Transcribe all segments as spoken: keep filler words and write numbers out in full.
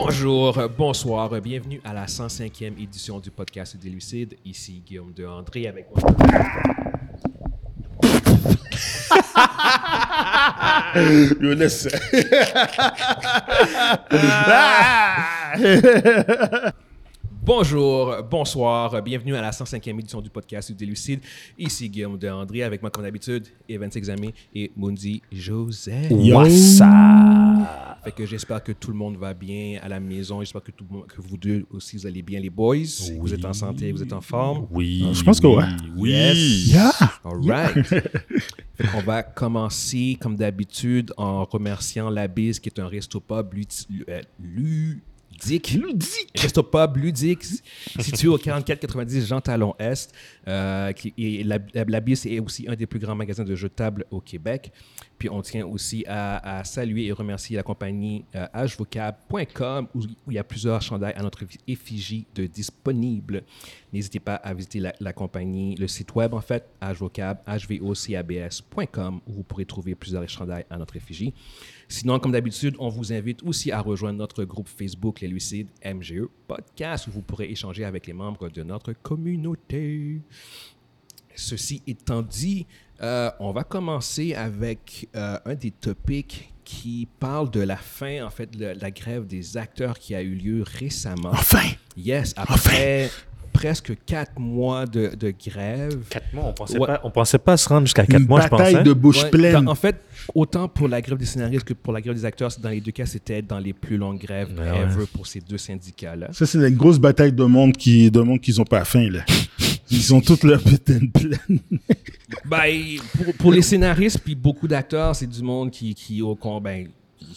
Bonjour, bonsoir, bienvenue à la cent cinquième édition du podcast des Lucides. Ici Guillaume de André avec moi. Je laisse. Bonjour, bonsoir, bienvenue à la cent cinquième édition du podcast des Lucides. Ici Guillaume de André avec moi comme d'habitude, Evan Examé et Mundi Joseph. What's up? Fait que j'espère que tout le monde va bien à la maison. J'espère que, tout le monde, que vous deux aussi, vous allez bien, les boys. Oui. Vous êtes en santé, vous êtes en forme. Oui. Je pense que oui. Oui. Yes. Yeah. All right. Fait qu'on va commencer, comme d'habitude, en remerciant La Bise, qui est un resto-pub ludique. Ludique. Ludique. Resto-pub ludique, situé au quarante-quatre quatre-vingt-dix Jean Talon Est. Euh, qui, et la, la, la Bise est aussi un des plus grands magasins de jeux de table au Québec. Puis on tient aussi à, à saluer et remercier la compagnie euh, h vocab point com où, où il y a plusieurs chandails à notre effigie de disponibles. N'hésitez pas à visiter la, la compagnie, le site web en fait, hvocab, h v o c a b s point com où vous pourrez trouver plusieurs chandails à notre effigie. Sinon, comme d'habitude, on vous invite aussi à rejoindre notre groupe Facebook Les Lucides M G E Podcast où vous pourrez échanger avec les membres de notre communauté. Ceci étant dit, euh, on va commencer avec euh, un des topics qui parle de la fin, en fait, de la grève des acteurs qui a eu lieu récemment. Enfin! Yes, après enfin. presque quatre mois de, de grève. Quatre mois, on pensait ouais. pas, on pensait pas se rendre jusqu'à quatre Une mois, je pense. Une bataille de bouche ouais, pleine. Dans, en fait, autant pour la grève des scénaristes que pour la grève des acteurs, dans les deux cas, c'était dans les plus longues grèves ouais, ever ouais. pour ces deux syndicats-là. Ça, c'est une grosse bataille de monde qui, de monde qu'ils n'ont pas faim, là. Ils ont toutes leur putain pleine. Ben, pour, pour les scénaristes puis beaucoup d'acteurs, c'est du monde qui, qui, au, ben,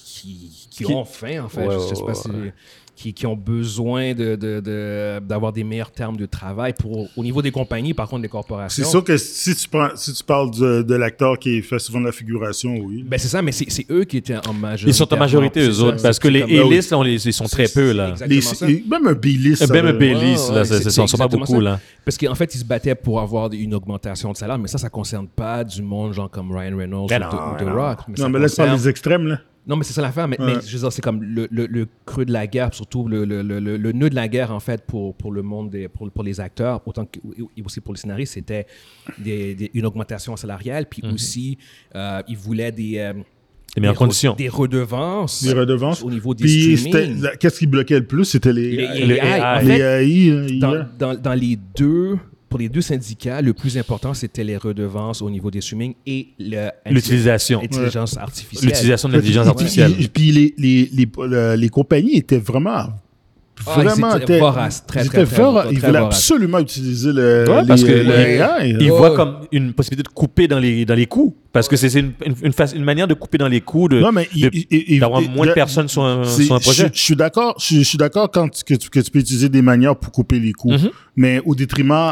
qui, qui, qui ont faim, en fait. Ouais, je sais pas si... Qui, qui ont besoin de, de, de, d'avoir des meilleurs termes de travail. Pour, au niveau des compagnies, par contre, des corporations... C'est sûr que si tu, prends, si tu parles de, de l'acteur qui fait souvent de la figuration, oui. Ben c'est ça, mais c'est, c'est eux qui étaient en majorité. Ils sont en majorité, eux autres, parce que les A-list, on les, ils sont très peu, là. Les, même un B-list. Même un B-list, là, ce ne sont pas beaucoup, ça. là. Parce qu'en fait, ils se battaient pour avoir une augmentation de salaire, mais ça, ça ne concerne pas du monde genre comme Ryan Reynolds ben ou, non, de, ou The non. Rock. Mais non, mais là, c'est pas les extrêmes, là. Non, mais c'est ça l'affaire. Mais, ouais. mais je veux dire, c'est comme le, le, le creux de la guerre, surtout le, le, le, le nœud de la guerre, en fait, pour, pour le monde, des, pour, pour les acteurs, autant que et aussi pour les scénaristes, c'était des, des, une augmentation salariale. Puis mm-hmm. aussi, euh, ils voulaient des... Euh, des meilleures des conditions. Re, des redevances. Des redevances. Au niveau des Puis streaming. Qu'est-ce qui bloquait le plus? C'était les, les, les, les A I. Les A I. Dans, dans, dans les deux... Pour les deux syndicats, le plus important, c'était les redevances au niveau des streamings et le, l'utilisation. L'intelligence ouais. artificielle. L'utilisation de l'intelligence artificielle. Et puis les, les, les, les compagnies étaient vraiment... Ah, vraiment, ils étaient voraces, très, très, très, fort, très, ils très voulaient voraces. absolument utiliser le, ouais, les, parce que les A I. Ils oh. voient comme une possibilité de couper dans les, dans les coûts. Parce que c'est une, une, une, façon, une manière de couper dans les coûts, de, non, mais de, il, il, d'avoir il, moins il, de personnes sur un, sur un projet. Je, je suis d'accord, je, je suis d'accord quand tu, que, tu, que tu peux utiliser des manières pour couper les coûts. Mm-hmm. Mais au détriment...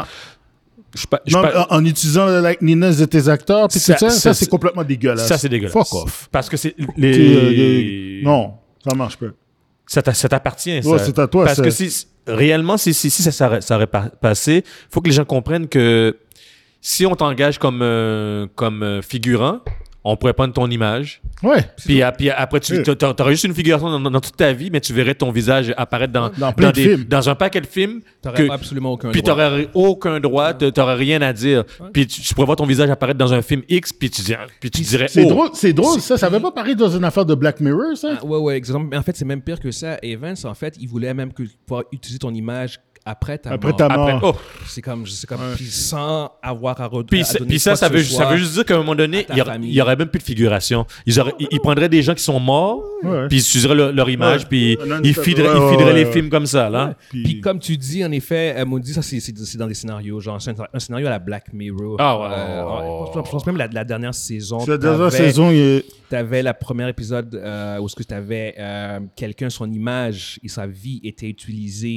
Je pas, je non, pas... en, en utilisant la likeness de tes acteurs, puis ça, tout ça, ça, ça c'est complètement dégueulasse. Ça, c'est dégueulasse. Fuck off. Parce que c'est les... Euh, les... Non, ça marche pas. Ça, ça t'appartient, ça. Ouais, c'est à toi, Parce ça. que si, réellement, si, si, si ça, ça, ça aurait passé, il faut que les gens comprennent que si on t'engage comme, euh, comme euh, figurant, on pourrait prendre ton image. Ouais. Puis, à, puis après, tu ouais. aurais juste une figuration dans, dans toute ta vie, mais tu verrais ton visage apparaître dans, dans, dans, des, dans un paquet de films. T'aurais absolument aucun puis droit. Puis t'aurais aucun droit, ouais. t'aurais rien à dire. Ouais. Puis tu, tu pourrais voir ton visage apparaître dans un film X, puis tu, puis tu dirais... C'est oh. drôle, c'est drôle ça. Ça avait pas paru dans une affaire de Black Mirror, ça? Ah, ouais, ouais, exactement. Mais en fait, c'est même pire que ça. Evans, en fait, il voulait même que pouvoir utiliser ton image après ta après mort. Ta mort. Après, oh. C'est comme, c'est comme ouais. puis sans avoir à redonner. Puis, puis ça, ça veut, ça veut juste dire qu'à un moment donné, il y aurait même plus de figuration. Ils, auraient, ils, ils prendraient des gens qui sont morts, ouais. puis ils utiliseraient leur, leur image, ouais. puis non, ils feederaient, ouais, ils feederaient ouais, les ouais. films comme ça. Là. Ouais. Puis, puis comme tu dis, en effet, euh, Maudit, ça c'est, c'est, c'est dans des scénarios, genre c'est un, un scénario à la Black Mirror. Ah ouais. Euh, oh. Je pense même la, la dernière saison. La dernière saison, il est... Tu avais le premier épisode euh, où tu avais euh, quelqu'un, son image et sa vie étaient utilisées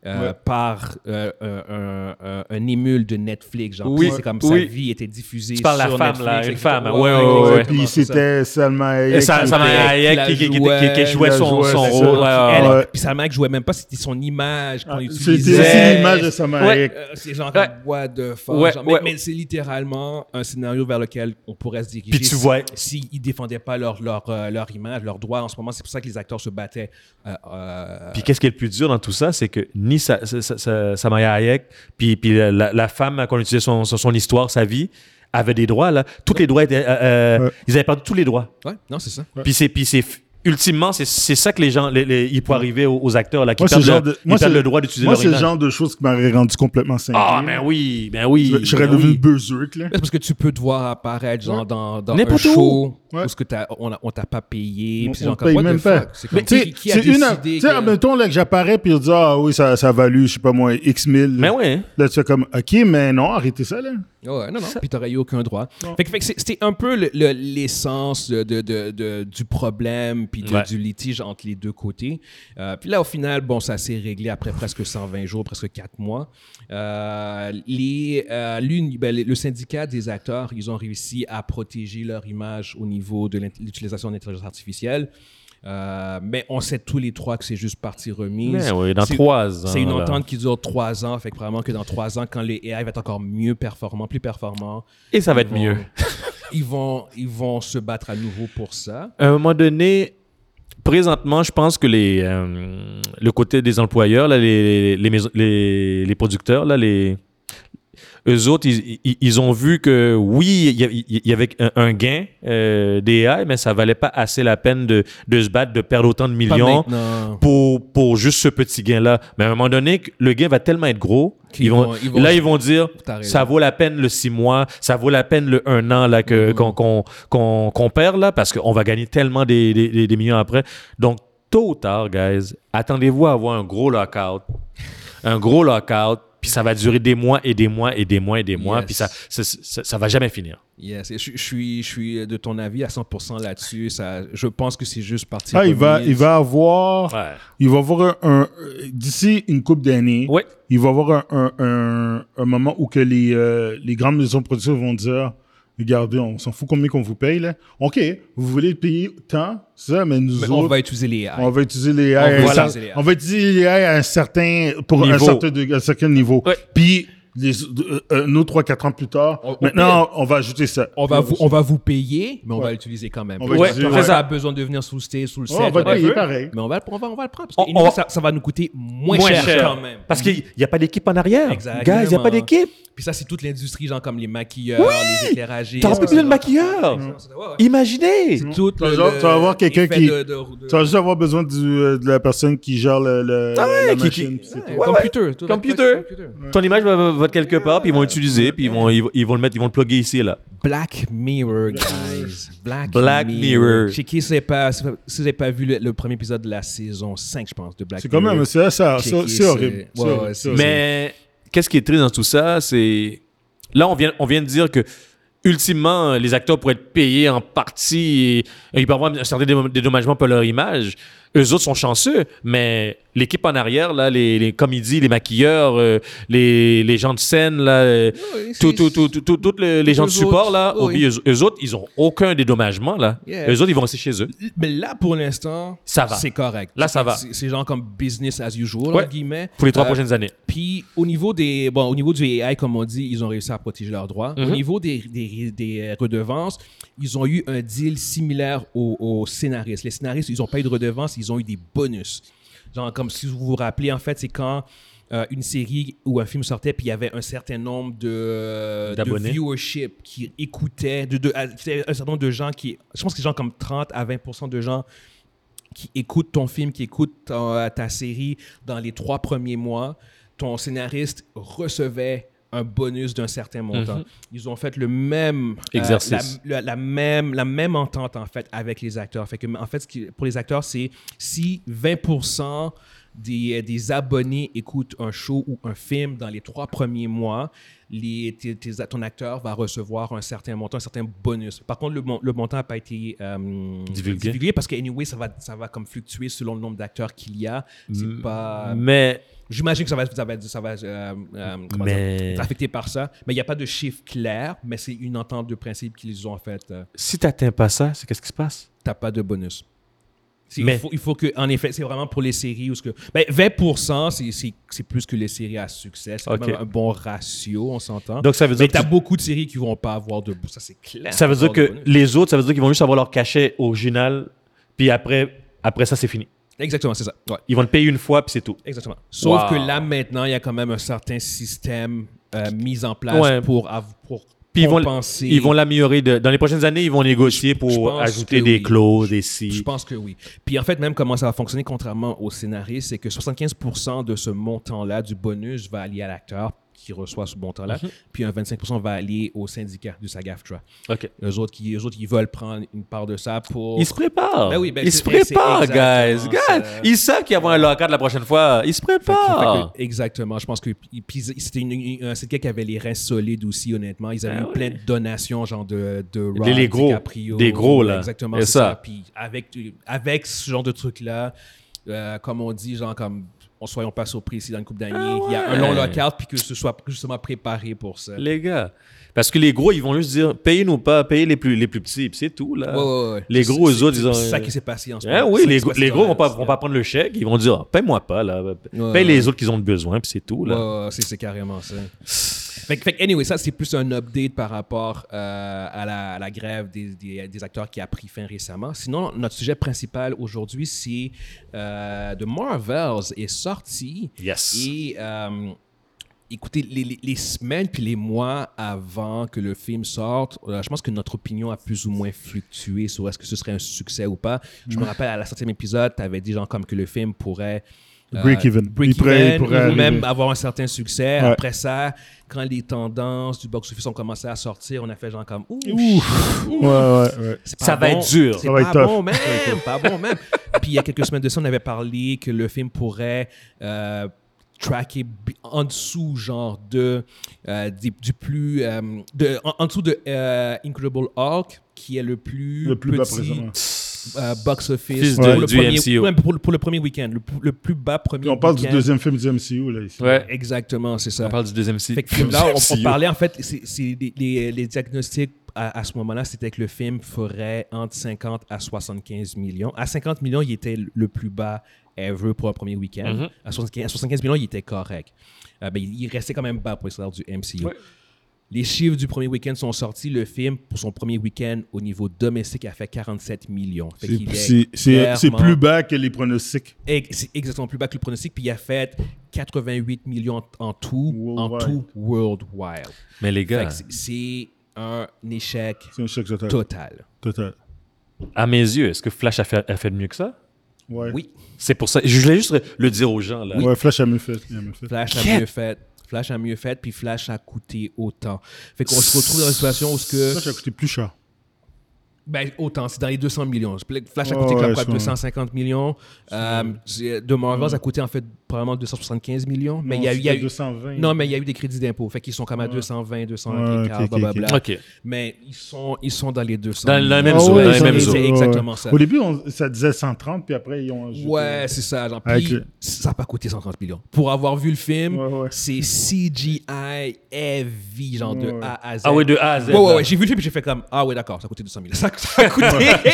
Euh, ouais. par euh, un, un, un émule de Netflix. Genre, oui, c'est comme oui. sa vie était diffusée tu parles sur la femme, Netflix. Là, une femme, ouais, ouais, ouais, ouais. ouais. Puis c'était Salma Hayek. Salma Hayek qui, qui, qui, qui, qui jouait son, jouait, son rôle. Ouais, ouais, ouais. ouais. Puis Salma Hayek jouait même pas, c'était son image qu'on ah, utilisait. C'était aussi l'image de Salma Hayek. Euh, c'est genre ouais. comme, what the fuck. Ouais, genre, ouais. Mais, mais c'est littéralement un scénario vers lequel on pourrait se diriger. Puis tu vois. S'ils si, si défendaient pas leur, leur, euh, leur image, leur droit en ce moment, c'est pour ça que les acteurs se battaient. Euh, euh, Puis qu'est-ce qui est le plus dur dans tout ça, c'est que ni sa, sa, sa, Salma Hayek, puis, puis la, la femme qu'on utilisait son, son, son histoire, sa vie, avait des droits. Là. Tous ouais. les droits étaient. Euh, ouais. Ils avaient perdu tous les droits. Ouais, non, c'est ça. Ouais. Puis c'est. Puis c'est ultimement, c'est, c'est ça que les gens, les, les, il peut arriver aux, aux acteurs là, qui moi, perdent, le, de, ils moi, perdent le droit d'utiliser moi, leur image. Moi, c'est image. le genre de choses qui m'aurait rendu complètement cinglé. Ah, ben oui, ben oui. Je, je serais ben devenu oui. berserk, là. C'est parce que tu peux te voir apparaître genre, ouais. dans, dans N'importe un show où. Ouais. Parce que t'as, on, a, on t'a pas payé. On, puis on genre, paye comme, même pas. C'est comme, mais qui, qui a décidé une, tu sais, que... admettons là, que j'apparais puis on dit ah oui, ça, ça a valu, je sais pas moi, X mille. Mais ouais. Là, tu fais comme, ok, mais non, arrêtez ça, là. Ouais, non, non. Puis t'aurais eu aucun droit. Fait que, fait que c'était un peu le, le, l'essence de, de, de, de, du problème puis de, ouais. du litige entre les deux côtés. Euh, puis là, au final, bon, ça s'est réglé après presque cent vingt jours, presque quatre mois. Euh, les, euh, l'une, ben, le syndicat des acteurs, ils ont réussi à protéger leur image au niveau de l'utilisation de l'intelligence artificielle. Euh, mais on sait tous les trois que c'est juste partie remise. Mais oui, dans c'est, trois ans. C'est une là. entente qui dure trois ans. Fait que probablement que dans trois ans, quand les A I vont être encore mieux performants, plus performants. Et ça va être vont, mieux. ils, vont, ils vont se battre à nouveau pour ça. À un moment donné, présentement, je pense que les, euh, le côté des employeurs, là, les, les, maisons, les, les producteurs, là, les... eux autres, ils, ils, ils ont vu que oui, il y, il y avait un, un gain euh, des A I, mais ça valait pas assez la peine de, de se battre, de perdre autant de millions pour, pour juste ce petit gain-là. Mais à un moment donné, le gain va tellement être gros, ils vont, vont, ils vont, là, ils vont dire, ça vaut la peine le six mois, ça vaut la peine le un an là, que, mm-hmm. qu'on, qu'on, qu'on, qu'on perd, là, parce qu'on va gagner tellement des, des, des millions après. Donc, tôt ou tard, guys, attendez-vous à avoir un gros lockout. Un gros lockout. Puis ça va durer des mois et des mois et des mois et des mois. Yes. Puis ça, ça, ça, ça va jamais finir. Yes. Je, je, suis, je suis de ton avis à cent pour cent là-dessus. Ça, je pense que c'est juste parti. Ah, il va, il va avoir, ouais. il va avoir un, un d'ici une couple d'années, ouais. il va avoir un, un, un, un moment où que les, euh, les grandes maisons de production vont dire, regardez, on s'en fout combien qu'on vous paye, là. OK, vous voulez payer tant, ça, mais nous mais autres... on va utiliser les A I. On va utiliser les A I. On, voilà. utiliser les A I. On va utiliser les A I à un certain... Pour niveau. un certain, de, un certain niveau. Ouais. Puis, les, euh, nous, trois quatre ans plus tard, on, maintenant, on, on va ajouter ça. On va, vous, on va vous payer, mais on ouais. va l'utiliser quand même. On va ouais. utiliser, Après, ouais. ça a besoin de venir sous le stage, sous le set. Oh, on va le payer pareil. Mais on va, on va, on va le prendre, parce que on, on, ça, ça va nous coûter moins, moins cher, cher quand même. Parce qu'il n'y a pas d'équipe en arrière. Exactement. Guys, il n'y a pas d'équipe. Puis ça, c'est toute l'industrie, genre comme les maquilleurs, oui! les éclairagistes. T'as pas besoin de maquilleurs. Mmh. Imaginez. C'est tout le, genre, tu vas avoir quelqu'un qui... De, de, de... Tu vas juste avoir besoin du, de la personne qui gère le, le, ah ouais, la qui, machine. Qui, ouais, ouais, computer. Tout computer. computer. Ouais. Ton image va, va être quelque part, puis ils vont l'utiliser, puis ils vont, ils, ils vont le mettre, ils vont le plugger ici et là. Black Mirror, guys. Black, Black Mirror. Mirror. Chez qui, si vous n'avez pas vu le, le premier épisode de la saison cinq, je pense, de Black c'est Mirror. C'est quand même, c'est, ça, c'est, c'est horrible. C'est, ouais, ouais, c'est mais qu'est-ce qui est triste dans tout ça, c'est... Là, on vient, on vient de dire que, ultimement, les acteurs pourraient être payés en partie et ils peuvent avoir un certain dédommagement pour leur image. Eux autres sont chanceux, mais l'équipe en arrière, là, les, les comédies, les maquilleurs, euh, les, les gens de scène, là, oui, tous tout, tout, tout, tout, les, les gens de support, autres, là, oui. eux, eux autres, ils n'ont aucun dédommagement. Là. Yeah. Eux autres, ils vont rester chez eux. Mais là, pour l'instant, ça va. C'est correct. Là, ça va. C'est, c'est genre comme business as usual, ouais. entre guillemets. Pour les trois euh, prochaines années. Puis, au niveau des, bon, au niveau du A I, comme on dit, ils ont réussi à protéger leurs droits. Mm-hmm. Au niveau des, des, des redevances, ils ont eu un deal similaire aux, aux scénaristes. Les scénaristes, ils n'ont pas eu de redevances, ils ont eu des bonus. Genre, comme si vous vous rappelez, en fait, c'est quand euh, une série ou un film sortait, puis il y avait un certain nombre de, de viewership qui écoutaient, de, de, de, un certain nombre de gens qui, je pense que c'est genre comme trente à vingt pour cent de gens qui écoutent ton film, qui écoutent ta, ta série dans les trois premiers mois. Ton scénariste recevait un bonus d'un certain montant. Mm-hmm. Ils ont fait le même exercice, euh, la, la, la même la même entente en fait avec les acteurs. Fait que en fait, ce qui, pour les acteurs, c'est si vingt pour cent des, des abonnés écoutent un show ou un film dans les trois premiers mois, les, tes, tes, ton acteur va recevoir un certain montant, un certain bonus. Par contre, le, le montant n'a pas été euh, divulgué. divulgué parce que anyway, ça va ça va comme fluctuer selon le nombre d'acteurs qu'il y a. C'est M- pas. Mais J'imagine que ça va, ça va, ça va, euh, euh, comment Mais- dire, être affecté par ça. Mais il n'y a pas de chiffre clair, mais c'est une entente de principe qu'ils ont faite. Euh, Si tu n'atteins pas ça, c'est qu'est-ce qui se passe? tu n'as pas de bonus. C'est- Mais- Il, faut, il faut que, en effet, c'est vraiment pour les séries où ce que. Ben, vingt pour cent, c'est, c'est, c'est plus que les séries à succès. C'est Ok. quand même un bon ratio, on s'entend. Donc, ça veut dire Mais que tu as tu- beaucoup de séries qui ne vont pas avoir de. Ça, c'est clair. Ça veut dire avoir de que bonus. les autres, ça veut dire qu'ils vont juste avoir leur cachet original, puis après, après ça, c'est fini. Exactement, c'est ça. Ouais. Ils vont te payer une fois, puis c'est tout. Exactement. Sauf Wow. que là, maintenant, il y a quand même un certain système euh, mis en place Ouais. pour, av- pour Puis ils vont, compenser. ils vont l'améliorer. de- dans les prochaines années, ils vont négocier Je pour pense ajouter que des oui. clauses, des Je si. pense que oui. Puis en fait, même comment ça va fonctionner, contrairement au scénariste, c'est que soixante-quinze pour cent de ce montant-là, du bonus, va aller à l'acteur qui reçoit ce montant-là, Mhm. puis un vingt-cinq pour cent va aller au syndicat du SAG-AFTRA. OK. Eux autres, qui, eux autres, ils veulent prendre une part de ça pour... Ils se préparent. Ben oui, ben ils c'est- se préparent, c'est guys. exactement guys. ça. Ils savent qu'il y aura un lockout la prochaine fois. Ils se Fait que- préparent. fait que- exactement. Je pense que puis c'était une- une- un syndicat qui avait les reins solides aussi, honnêtement. Ils avaient Ah eu ouais. plein de donations, genre de, de Rob, Les- les gros. DiCaprio. Des gros, là. Exactement, C'est c'est ça. ça. Puis avec, avec ce genre de truc-là, euh, comme on dit, genre comme... On soyons pas surpris ici dans une couple d'années. Ah Il y a un ouais. long lockout puis que ce soit justement préparé pour ça. Les gars. Parce que les gros, ils vont juste dire payez-nous pas, payez les plus, les plus petits, puis c'est tout. Là. Ouais, ouais, ouais. Les C'est- gros, eux c'est- autres, ils ont- C'est ça qui s'est passé en ce Hein, moment. oui, C'est les, ça qui s'est les passé gros dans vont pas, la- vont pas prendre le chèque. Ils vont dire ah, paye-moi pas. Là. Ouais, Paye ouais. les autres qui ont besoin, puis c'est tout. Là. Ouais, ouais, c'est, c'est carrément ça. Fait, que- fait que, anyway, ça, c'est plus un update par rapport euh, à, la, à la grève des, des, des acteurs qui a pris fin récemment. Sinon, notre sujet principal aujourd'hui, c'est euh, The Marvels est sorti. Yes. Et euh, écoutez, les, les, les semaines puis les mois avant que le film sorte, euh, je pense que notre opinion a plus ou moins fluctué sur est-ce que ce serait un succès ou pas. Je me rappelle, à la septième épisode, tu avais dit genre comme que le film pourrait... euh, Break even. break Il pourrait- il even, pourrait ou même arriver. avoir un certain succès. Ouais. Après ça, quand les tendances du box-office ont commencé à sortir, on a fait genre comme... Ouh, Ouf. Ouais, ouais, ouais. c'est pas Ça va bon. être dur. C'est Ça va pas être tough. bon même, pas bon même. Puis il y a quelques semaines de ça, on avait parlé que le film pourrait euh, tracker bi- en dessous, genre de euh, du, du plus, euh, de, en, en dessous de euh, Incredible Hulk, qui est le plus, Le plus bas petit présentement. euh, box office Fils pour, de- le du premier, M C U. ouais, pour, le- pour le premier week-end, le, p- le plus bas premier Puis on parle du week-end. deuxième film du M C U, là, ici. Ouais. Exactement, c'est ça. On parle du deuxième film. Fait que là, on, on parlait en fait, c'est, c'est les, les, les diagnostics à, à ce moment-là, c'était que le film ferait entre cinquante à soixante-quinze millions. À cinquante millions, il était le plus bas ever pour un premier week-end. Mhm. À soixante-quinze, à soixante-quinze millions, il était correct. Euh, ben, il il restait quand même bas pour les standards du M C U. Ouais. Les chiffres du premier week-end sont sortis. Le film, pour son premier week-end au niveau domestique, a fait quarante-sept millions. Fait C'est- qu'il est C'est c'est- c'est clairement- plus bas que les pronostics. Ex- C'est exactement plus bas que le pronostic. Puis il a fait quatre-vingt-huit millions en tout, en Worldwide. tout worldwide. Mais les Fait gars, que c'est- c'est un échec C'est un choc total. total. Total. à mes yeux, est-ce que Flash a fait, a fait mieux que ça? Ouais. Oui, C'est pour ça. Je voulais juste le dire aux gens. Là. Ouais, Flash a mieux fait. Il a mieux fait. Flash a Quel- mieux fait. Flash a mieux fait, puis Flash a coûté autant. Fait qu'on se retrouve dans une situation où ce que... Flash a coûté plus cher. Ben, autant, c'est dans les deux cents millions. Flash a Oh, coûté ouais, comme quoi, ça- deux cent cinquante millions. Euh, c'est- The Marvels a coûté en fait probablement deux cent soixante-quinze millions. Mais il y a, il y a eu... deux cent vingt. Non, mais il y a eu des crédits d'impôt. Fait qu'ils sont comme à Ouais. deux cent vingt, deux cent Ouais, quinze, ok, ok, blablabla. OK. Mais ils sont, ils sont dans les deux cents. Dans la millions. même Ah zone, ouais, dans les ça- mêmes c'est zones. exactement ça. Au début, on- ça disait cent trente, puis après, ils ont ajouté. Ouais, c'est ça. Genre, Avec puis, le- ça n'a pas coûté cent trente millions. Pour avoir vu le film, Ouais, ouais. c'est C G I heavy, genre de Ouais. A à Z. Ah ouais, de A à Z. Ouais, ouais, là. ouais. J'ai vu le film et j'ai fait comme, ah ouais, d'accord, ça a coûté deux cent mille. Ça, ça a coûté.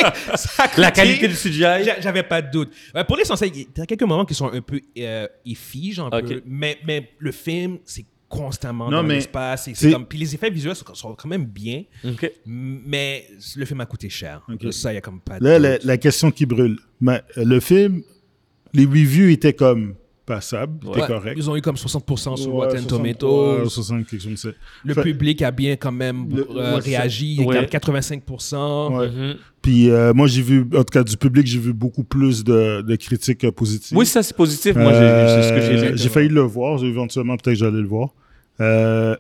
ça a coûté- La qualité du C G I. J'a- J'avais pas de doute. Ouais, pour l'essentiel, il y a quelques moments qui sont un peu euh, iffy, genre un Ok. peu. Mais, mais le film, c'est constamment Non, dans mais l'espace. c'est- c'est- c'est comme, puis les effets visuels sont, sont quand même bien, OK. mais le film a coûté cher. Ok. Ça, il y a comme pas de Là, doute. la, la question qui brûle. Mais, euh, le film, les reviews étaient comme passables, étaient Ouais, corrects. Ils ont eu comme soixante pour cent sur Ouais, Rotten soixante, Tomatoes. ouais, soixante, quelque chose comme ça. Le Fait- public a bien quand même Le- euh, ouais, réagi. c'est- Il y a ouais. quatre-vingt-cinq pour cent. Ouais. Mhm. Puis euh, moi, j'ai vu, en tout cas du public, j'ai vu beaucoup plus de, de critiques euh, positives. Oui, ça, c'est positif. Moi, j'ai- Euh, c'est ce que j'ai vu. J'ai failli le voir. J'ai éventuellement, peut-être que j'allais le voir. Euh,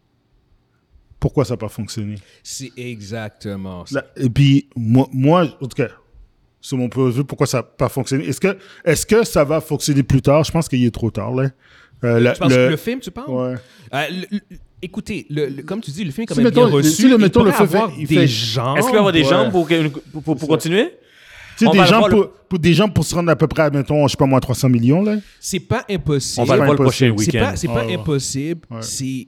pourquoi ça n'a pas fonctionné? C'est exactement ça. Là, et puis, moi, moi, en tout cas, sur mon point de vue, pourquoi ça n'a pas fonctionné? Est-ce que, est-ce que ça va fonctionner plus tard? Je pense qu'il est trop tard, là. Euh, la- Tu penses le- que le film, tu parles? Ouais. Euh, le- le- écoutez, le- le- comme tu dis, le film est quand Si, même bien mettons, reçu. si le- il mettons, le pourrait fait- avoir il des fait- gens. Est-ce qu'il va y avoir des Ouais. gens pour, que- pour, pour- pour C'est ça. continuer? Tu sais, On des va le gens voir pour, le- pour des gens pour se rendre à peu près, à, mettons, je sais pas moi, trois cents millions, là. C'est pas impossible. On va le voir le impossible. prochain C'est week-end. pas, c'est pas Ouais, ouais. impossible, Ouais. c'est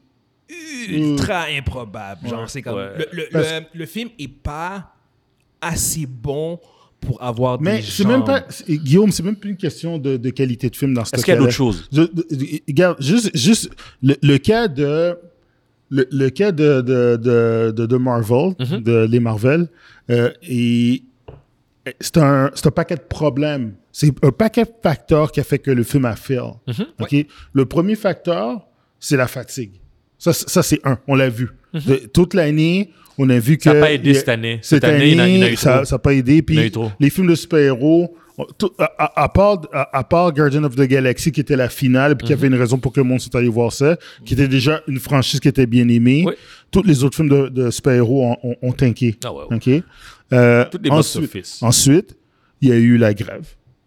ultra improbable. Genre, Ouais. c'est comme. Ouais. Le, le- Parce- le- le film est pas assez bon pour avoir Mais des c'est jambes. même pas, c'est- Guillaume, c'est même plus une question de, de qualité de film dans ce Est-ce qu'il y a cas-là. d'autres choses? Je- de- regarde, juste, juste le, le cas de le, le cas de de, de, de, de Marvel, Mhm. de les Marvel, euh, et c'est un c'est un paquet de problèmes. C'est un paquet de facteurs qui a fait que le film a fail. Mhm. Ok, le premier facteur, c'est la fatigue. Ça, c'est- ça c'est un. On l'a vu. De- toute l'année, on a vu que Ça n'a pas aidé il y a- cette année. cette, Cette année, il y en a- il y en a eu ça trop. n'a pas aidé. Il y en a eu Puis trop. les films de super-héros, on- tout- à, à- à part, à, à part Guardian of the Galaxy, qui était la finale, puis qui avait une raison pour que le monde soit allé voir ça, qui était déjà une franchise qui était bien aimée, Oui. tous les autres films de, de super-héros ont, ont, ont tanké. Ah ouais, ouais. OK? Euh, Toutes les ensuite, box-office. ensuite, il y a eu la grève.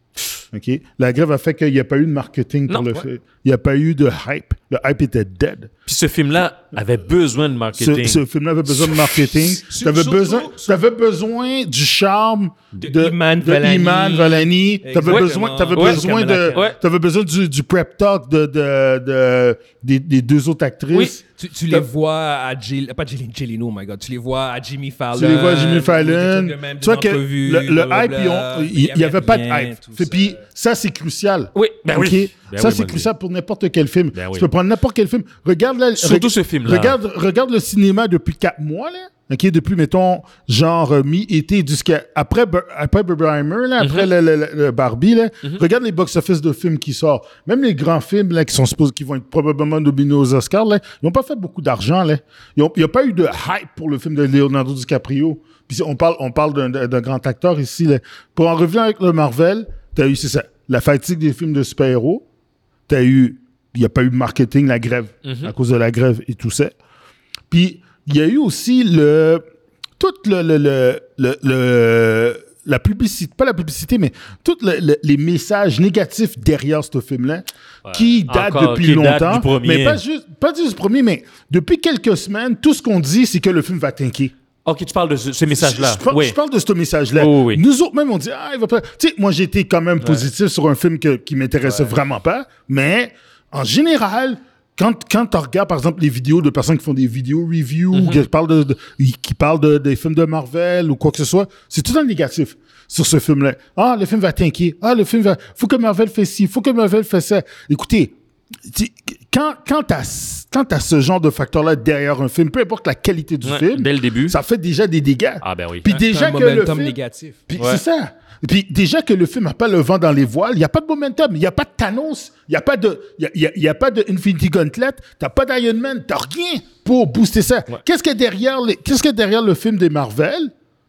OK? La grève a fait qu'il n'y a pas eu de marketing pour Non, le ouais. film. Il n'y a pas eu de hype. Le hype était dead. Puis ce film-là avait besoin de Ce, marketing. ce film-là avait besoin de marketing. Sur- T'avais surtout- besoin, t'avais besoin du charme De de Iman de Vellani. Iman Vellani. T'avais Exactement. besoin, t'avais Ouais. besoin Kamala de, Khan. Ouais. t'avais besoin du, du prep talk de, de, de, des, des deux autres actrices. Oui. Tu, tu les vois à Jill, pas Jill, Jillino, oh my god. Tu les vois à Jimmy Fallon. Tu les vois à Jimmy des Fallon. trucs de même, Tu vois des que entrevues, le, le hype, blablabla. ils ont- il n'y avait pas de hype. tout Fait, ça. puis ça, c'est crucial. Oui, ben OK? oui. Ben ça, oui, c'est mon crucial pour n'importe quel film. Ben tu oui. peux prendre n'importe quel film. Regarde, la, Surtout reg- ce film-là. Regarde, regarde le cinéma depuis quatre mois, là. OK? Depuis, mettons, genre euh, mi-été jusqu'à... Après, Ber- après Barbenheimer, là, après le, le- le- le Barbie, là, regarde les box-office de films qui sortent. Même les grands films, là, qui sont supposés, qui vont être probablement nominés aux Oscars, là, ils n'ont pas fait beaucoup d'argent, là. Ils ont- Il n'y a pas eu de hype pour le film de Leonardo DiCaprio. Puis on parle, on parle d'un, d'un grand acteur ici, là. Pour en revenir avec le Marvel, t'as eu, c'est ça, la fatigue des films de super-héros. T'as eu... Il n'y a pas eu de marketing, la grève, à cause de la grève et tout ça. Puis, il y a eu aussi le... Tout le... le, le, le, le- la publicité, pas la publicité, mais tous le- le- les messages négatifs derrière ce film-là, qui datent Encore, depuis qui datent longtemps. du premier. Mais pas juste, pas juste du premier, mais depuis quelques semaines, tout ce qu'on dit, c'est que le film va tanker. OK, tu parles de ce, ce message-là. Je, je, Oui. je parle de ce message-là. Oui, oui, oui. Nous autres, même, on dit, ah, il va pas. Tu sais, moi, j'ai été quand même positif sur un film que, qui m'intéressait vraiment pas, mais en général, quand, quand tu regardes, par exemple, les vidéos de personnes qui font des vidéos reviews, Mm-hmm. qui parlent, de, de- qui parlent de, des films de Marvel ou quoi que ce soit, c'est tout en négatif sur ce film-là. Ah, le film va tanker. Ah, le film va. Faut que Marvel fasse ci. Faut que Marvel fasse ça. Écoutez, tu- quand, quand tu as, quand t'as ce genre de facteur-là derrière un film, peu importe la qualité du Ouais, film, dès le début. ça fait déjà des dégâts. Ah ben oui. Puis T'as déjà un que le momentum film, négatif. puis Ouais. c'est ça. Et puis déjà que le film n'a pas le vent dans les voiles, il n'y a pas de momentum, il n'y a pas de Thanos, il n'y a pas de, il y a, il y a- il y a pas de Infinity Gauntlet, t'as pas d'Iron Man, t'as rien pour booster ça. Ouais. Qu'est-ce qu'il y a derrière les, qu'est-ce qu'il y a derrière le film des Marvel?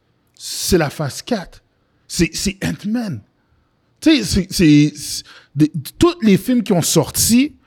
C'est la phase quatre. C'est, c'est Ant-Man. Tu sais, c'est, c'est, c'est- des- tous les films qui ont sorti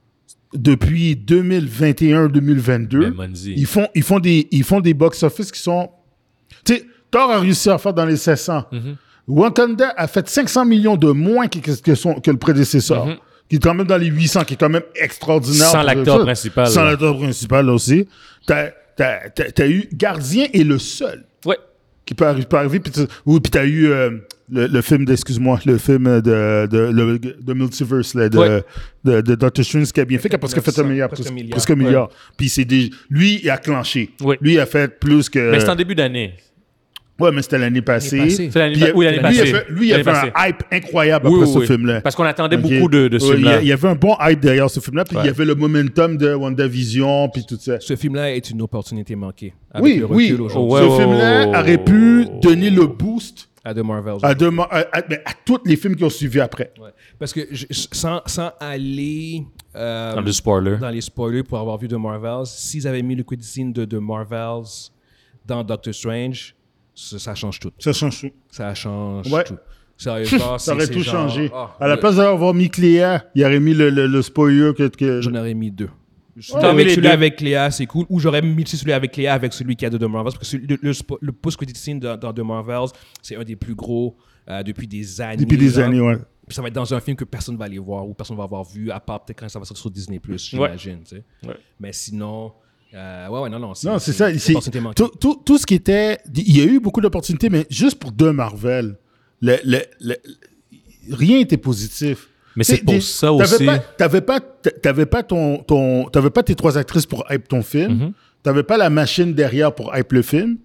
depuis deux mille vingt et un deux mille vingt-deux, Ben, Monzi. ils font, ils font des, ils font des box-office qui sont... Tu sais, Thor a réussi à faire dans les sept cents. Mm-hmm. Wakanda a fait cinq cents millions de moins que, que, que son- que le prédécesseur, Mhm. qui est quand même dans les huit cents, qui est quand même extraordinaire. Sans pour l'acteur ça. principal, Sans là. l'acteur principal aussi. T'as, t'as, t'as, t'as eu Gardien est le seul Ouais. qui peut arriver. Peut arriver puis tu- oui, puis t'as eu euh, le, le film, d'excuse-moi, le film de, de, le, de Multiverse, là, de, Ouais. de, de Doctor Strange, qui a bien fait, parce qu'il a fait un milliard. Presque un Presque, milliard. presque un milliard. Puis c'est des, lui, il a clenché. Ouais. Lui, il a fait plus que... Mais c'est en début d'année. Ouais, mais c'était l'année passée. passée. C'est l'année Puis il y a- oui, l'année lui, il a passée. fait, lui, il a L'année fait passée. un hype incroyable Oui, après oui, ce oui. film-là. Parce qu'on attendait Ok. beaucoup de, de ce Ouais, il y a- film-là. Il y avait un bon hype derrière ce film-là, puis Ouais. il y avait le momentum de WandaVision, puis tout ça. Ce film-là est une opportunité manquée. Avec Oui, le oui. recul aujourd'hui. Ouais, ce ouais, film-là ouais, aurait ouais, pu ouais. donner le boost À The Marvels. à, de- à, à- mais à tous les films qui ont suivi après. Ouais. Parce que je- sans, sans aller euh, Dans le spoiler. dans les spoilers pour avoir vu The Marvels, s'ils avaient mis le quick scene de The Marvels dans Doctor Strange, ça, ça change tout. Ça change tout. Ça change Ouais. tout. Sérieusement, Ça aurait c'est tout genre, changé. ah, à la le- place d'avoir mis Cléa, il aurait mis le, le, le spoiler que... que... J'en aurais mis deux. Celui, T'as mis avec, les celui deux. avec Cléa, c'est cool. Ou j'aurais mis celui avec Cléa avec celui qui a de The Marvels. Parce que celui- le, le, spo- le post-credit scene dans, dans The Marvels, c'est un des plus gros euh, depuis des années. Depuis des genre. années, ouais. Puis ça va être dans un film que personne va aller voir ou personne va avoir vu, à part peut-être quand ça va sortir sur Disney+, j'imagine. tu sais. Ouais. Mais sinon... euh, ouais, ouais, non, non. Non, c'est ça. une c'est- opportunité manquée. tout, tout, tout ce qui était... Il y a eu beaucoup d'opportunités, mais juste pour deux Marvel. le, le, le, rien n'était positif. Mais c'est pour ça t'avais aussi. Pas, t'avais pas, t'avais pas ton, ton, t'avais pas tes trois actrices pour hype ton film. Mm-hmm. T'avais pas la machine derrière pour hype le film.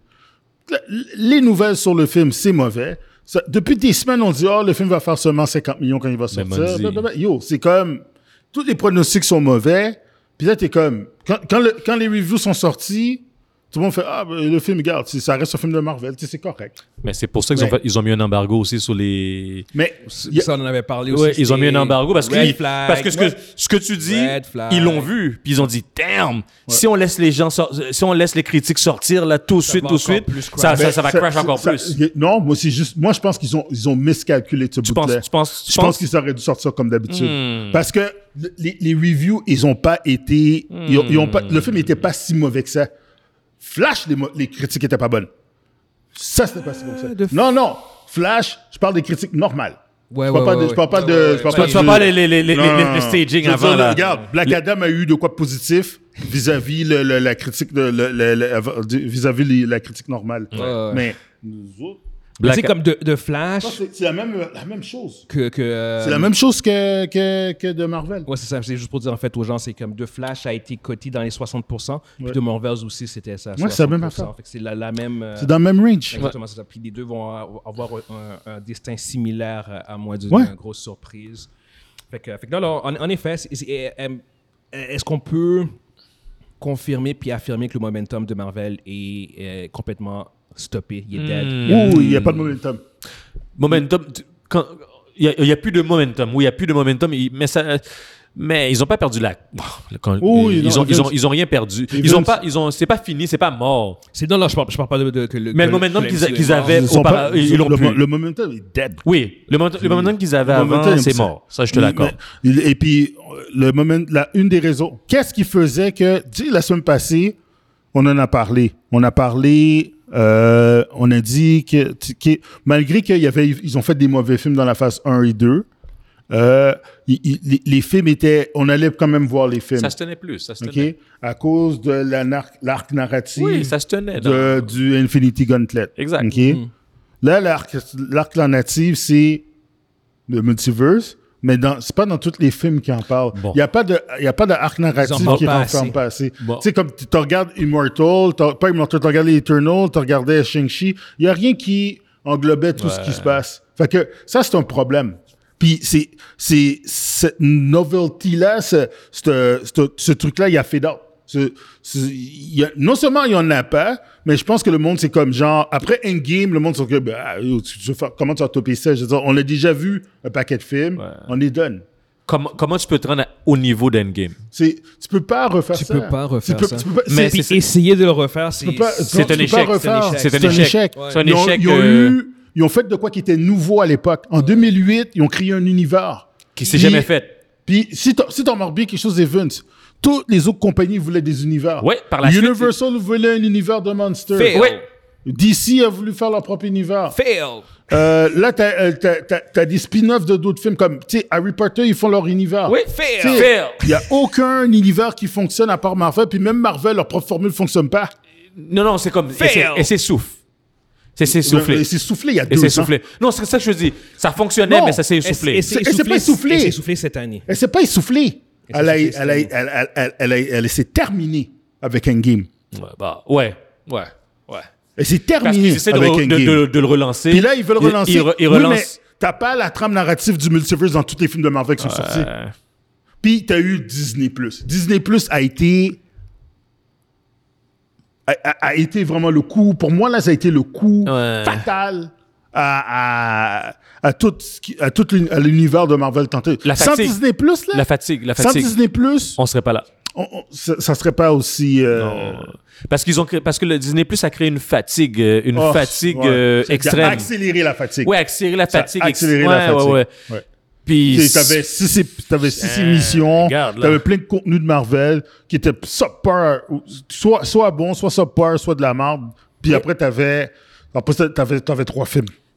Les nouvelles sur le film, c'est mauvais. Ça, depuis des semaines, on dit, oh, le film va faire seulement cinquante millions quand il va sortir. Blablabla. Yo, c'est comme, tous les pronostics sont mauvais. Puis là, t'es comme, quand, quand, le, quand les reviews sont sortis, tout le monde fait, ah, ben, le film, regarde, ça reste un film de Marvel, tu sais, c'est correct. Mais c'est pour ça qu'ils ont, fait, ils ont mis un embargo aussi sur les. Mais. A... Ça, on en avait parlé aussi. Ouais, ils ont mis un embargo parce, Red que, flag, parce que ce, ouais. que ce que tu dis, ils l'ont vu. Puis ils ont dit, damn, ouais. si on laisse les gens, sor- si on laisse les critiques sortir là tout de suite, tout de suite, ça, ça, ça va crash ça, encore ça, plus. Ça, non, moi, c'est juste, moi, je pense qu'ils ont, ils ont miscalculé ce tu bout-là. Penses, tu penses, tu je penses... pense qu'ils auraient dû sortir comme d'habitude. Hmm. Parce que les, les reviews, ils ont pas été, hmm. ils ont, ils ont pas, le film n'était pas si mauvais que ça. Flash, les, les critiques étaient pas bonnes. Ça, c'était pas si bon que ça. F... Non, non. Flash, je parle des critiques normales. Ouais, je ouais, parle pas ouais, de, je parle pas de, ouais, je parle tu pas tu parles pas les, les, les, les, non, les, les staging je avant, dire, là. Regarde, Black le... Adam a eu de quoi positif vis-à-vis le, le, la critique de, le, le, le, vis-à-vis les, la critique normale. Ouais. Mais, nous autres, Black... c'est comme de, de Flash. Non, c'est, c'est la même, la même chose. Que, que, euh... C'est la même chose que, que, que de Marvel. Ouais, c'est ça. C'est juste pour dire en fait aux gens, c'est comme de Flash a été coté dans les soixante pour cent, ouais. Puis de Marvel aussi, c'était ça. Ouais, c'est la même affaire. Fait que c'est la, la même. Euh... C'est dans le même range. Exactement, ouais. C'est ça. Puis les deux vont avoir un, un destin similaire à moins d'une ouais. grosse surprise. Fait que, fait que non, non, en, en effet, c'est, c'est, est-ce qu'on peut confirmer puis affirmer que le momentum de Marvel est, est complètement stoppé, il est dead? Mmh. Oui, il n'y a pas de momentum. Momentum, il n'y a, a plus de momentum. Oui, il n'y a plus de momentum, mais ça... Mais ils n'ont pas perdu la. Quand, oh, ils, non, ils, ont, ils, ont, ils ont rien perdu. Ils, ils ont pas. Ils ont. C'est pas fini. C'est pas mort. C'est non, non. Je parle. Je parle pas de. de, de que le, mais que le momentum qu'ils, qu'ils, qu'ils avaient. Ils pas, ils, ils l'ont le, plus. Le momentum est dead. Oui. Le, le momentum qu'ils avaient le avant, c'est mort. Ça, je te l'accorde. Et puis le moment, la une des raisons. Qu'est-ce qui faisait que, tu sais, la semaine passée, on en a parlé. On a parlé. Euh, on a dit que, que malgré qu'il y avait, ils ont fait des mauvais films dans la phase un et deux. Euh, il, il, les, les films étaient... On allait quand même voir les films. Ça se tenait plus, ça se tenait. Okay? À cause de la nar- l'arc narratif oui, ça se tenait, de, du Infinity Gauntlet. Exact. Okay? Mm. Là, l'arc, l'arc narratif, c'est le multiverse, mais dans, c'est pas dans tous les films qui en parlent. Il bon. n'y a pas de, il y a pas d'arc narratif qui renferme pas assez. Bon. Tu sais, comme tu regardes Immortal, pas Immortal, tu regardes les Eternals, tu regardais Shang-Chi, il n'y a rien qui englobait tout ouais. ce qui se passe. Fait que ça, c'est un problème. Puis c'est, c'est cette novelty-là, ce, ce, ce, ce truc-là, il a fait d'autres. Ce, ce, il a, non seulement il n'y en a pas, mais je pense que le monde, c'est comme genre, après Endgame, le monde s'est dit, bah, tu, tu, comment tu vas topper ça? Je veux dire, on a déjà vu un paquet de films, ouais. on est done. Comment, comment tu peux te rendre au niveau d'Endgame? C'est, tu peux pas refaire tu ça. Tu peux pas refaire tu peux, ça. Tu peux pas, mais c'est, essayer de le refaire, c'est, pas, c'est, non, un, échec, c'est un échec. C'est un échec. C'est un échec. Ouais. C'est un échec. Ils ont, ils ont euh... eu, ils ont fait de quoi qui était nouveau à l'époque. En deux mille huit, ils ont créé un univers. Qui s'est jamais fait. Puis, si t'as, si t'as remarqué quelque chose d'Evans, toutes les autres compagnies voulaient des univers. Oui, par la Universal suite. voulait un univers de Monster. Oui. D C a voulu faire leur propre univers. Fail. Euh, là, t'as, euh, t'as, t'as, t'as des spin-offs de d'autres films comme, tu sais, Harry Potter, ils font leur univers. Oui, fail. Fail. Il n'y a aucun univers qui fonctionne à part Marvel, puis même Marvel, leur propre formule ne fonctionne pas. Non, non, c'est comme... Fail. Et c'est souffle. C'est, c'est soufflé. Et c'est soufflé il y a deux ans. Et c'est ans. soufflé. Non, c'est ça que je dis. Ça fonctionnait, non, mais ça s'est essoufflé. Et c'est, et c'est pas essoufflé. Et c'est essoufflé cette année. Elle s'est pas essoufflée. Elle, a, elle, a, elle, elle, elle, elle, elle, elle s'est terminée avec Endgame. Ouais, bah, ouais, ouais, ouais. Elle s'est terminée avec de, Endgame. De, de, de le relancer. Puis là, ils veulent relancer. Ils, ils, ils relancent. Oui, mais t'as pas la trame narrative du multiverse dans tous les films de Marvel qui sont ouais. sortis. Puis t'as eu Disney+. Disney+, a été... A, a, a été vraiment le coup... Pour moi, là, ça a été le coup ouais. fatal à... à à tout, à tout l'univers de Marvel tenté. La Sans fatigue. Disney+, là, la fatigue, la fatigue. Sans Disney+, on serait pas là. On, on, ça, ça serait pas aussi... Euh... Non. Parce qu'ils ont créé, parce que le Disney+ a créé une fatigue, une oh, fatigue ouais. euh, extrême. A accéléré la fatigue. Ouais, accélérer la fatigue. Ça a accéléré ex- la fatigue. Ouais, ouais, ouais. ouais. Puis t'avais six, t'avais six euh, émissions, t'avais plein de contenu de Marvel qui était subpar, soit, soit bon, soit subpar, soit de la merde. Puis ouais. après, t'avais, après, t'avais, t'avais trois films.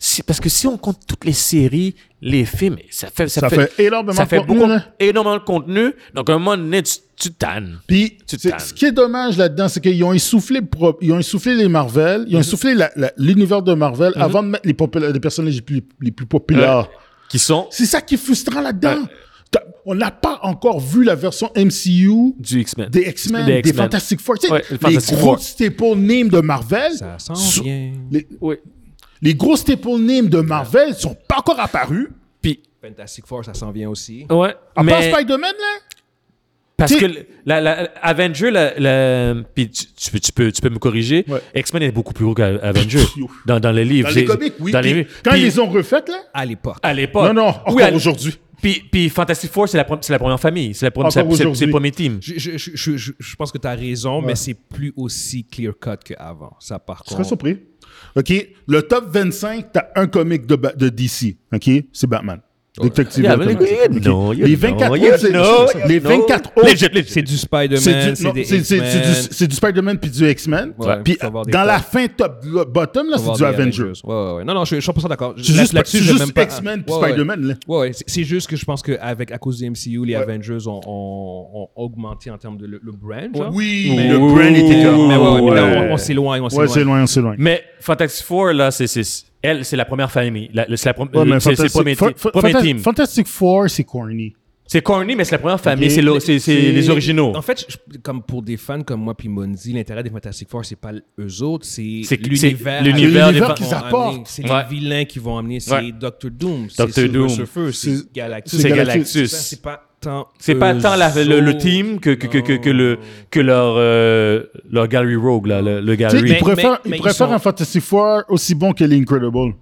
si, parce que si on compte toutes les séries, les films, ça fait, ça Ça fait, fait énormément ça de fait contenu, beaucoup, là. énormément de contenu. Donc, à un moment donné, tu, tu tannes. Puis, Tu c'est- tannes. ce qui est dommage là-dedans, c'est qu'ils ont essoufflé, pro- ils ont essoufflé les Marvel, ils ont essoufflé la- la- l'univers de Marvel avant de mettre les, popula- les personnages les plus, les plus populaires. Qui sont C'est ça qui est frustrant là-dedans. T'as- On n'a pas encore vu la version M C U du X-Men. des X-Men, Des des, X-Men. Fantastic Four. Tu sais, Ouais, les les Fantastic gros Four. staple names de Marvel, Ça s'en sou- vient. les, Oui. les gros staple names de Marvel sont pas encore apparus. Puis, Fantastic Four, ça s'en vient aussi. ouais. À part mais, Spider-Man, là. parce tu sais- que la, la, Avenger, la, la, puis tu, tu peux, tu, peux, tu peux me corriger, Ouais. X-Men est beaucoup plus gros qu'Avenger. dans, dans les livres. Dans les C'est- comics, oui. Dans Puis les, quand puis, ils les ont refaites, là. À l'époque. à l'époque. Non, non, encore Oui, à- aujourd'hui. Puis, puis Fantastic Four, c'est la, pre- c'est la première famille. C'est la première- Encore c'est- c'est- aujourd'hui. c'est le premier team. Je, je, je, je, je- je pense que tu as raison, mais c'est plus aussi clear-cut qu'avant. Ça, par Je serais contre. surpris. OK. Le top vingt-cinq, t'as un comic de, Ba- de D C. OK. C'est Batman. Détective Yeah, Batman. but you OK. know, you Les know, vingt-quatre you autres, c'est- know, c'est- you les know. vingt-quatre autres. Legit, legit. C'est du C'est Spider-Man, du, c'est non, des c'est- c'est- c'est X-Men. du, c'est du Spider-Man puis du X-Men. Ouais, Puis faut avoir des dans la tops. fin top le bottom, là, Faut c'est voir du des Avengers. Ouais, ouais, ouais. Non, non, je suis je suis cent pour cent d'accord. C'est Là- juste, là-dessus, c'est je vais juste même pas- X-Men puis Ouais, ouais. Spider-Man. Là. Ouais, ouais. C'est- C'est juste que je pense qu'avec à cause du M C U, les Avengers ont, ont- ont augmenté en termes de le, le brand. genre. Oui, Mais- le Ouh. brand était Mais, comme. mais ouais, ouais, mais là, Ouais. on, on s'éloigne, on Ouais, s'éloigne. c'est loin, c'est loin. Mais Fantastic Four, là, c'est, c'est, elle, c'est la première famille. La- le- c'est, la, prom- Ouais, mais c'est, c'est le Fantastic- premier, Fa- ti- Fa- premier Fanta- team. Fantastic Four, c'est corny. C'est corny, mais c'est la première famille. Ok. C'est, le- c'est, c'est les originaux. En fait, je- comme pour des fans comme moi puis Monzi, l'intérêt des Fantastic Four, c'est pas eux autres, c'est C'est- l'univers. c'est l'univers des qu'ils fa- qu'ils vont apportent. amener. C'est Ouais. les vilains qui vont amener. C'est Ouais. Doctor Doom. Doctor c'est Silver Doom. Surfer, c'est C'est- Galactus. c'est Galactus. Galactus. Ça, C'est pas tant. C'est pas eux tant la- le, le autres. team que, que, que, que, que le, Non. que leur, euh, leur Gary Rogue, là, le, le Tu sais, Gary. ils pourraient mais- faire, ils mais pourraient ils faire sont- un Fantastic Four aussi bon que l'Incredible.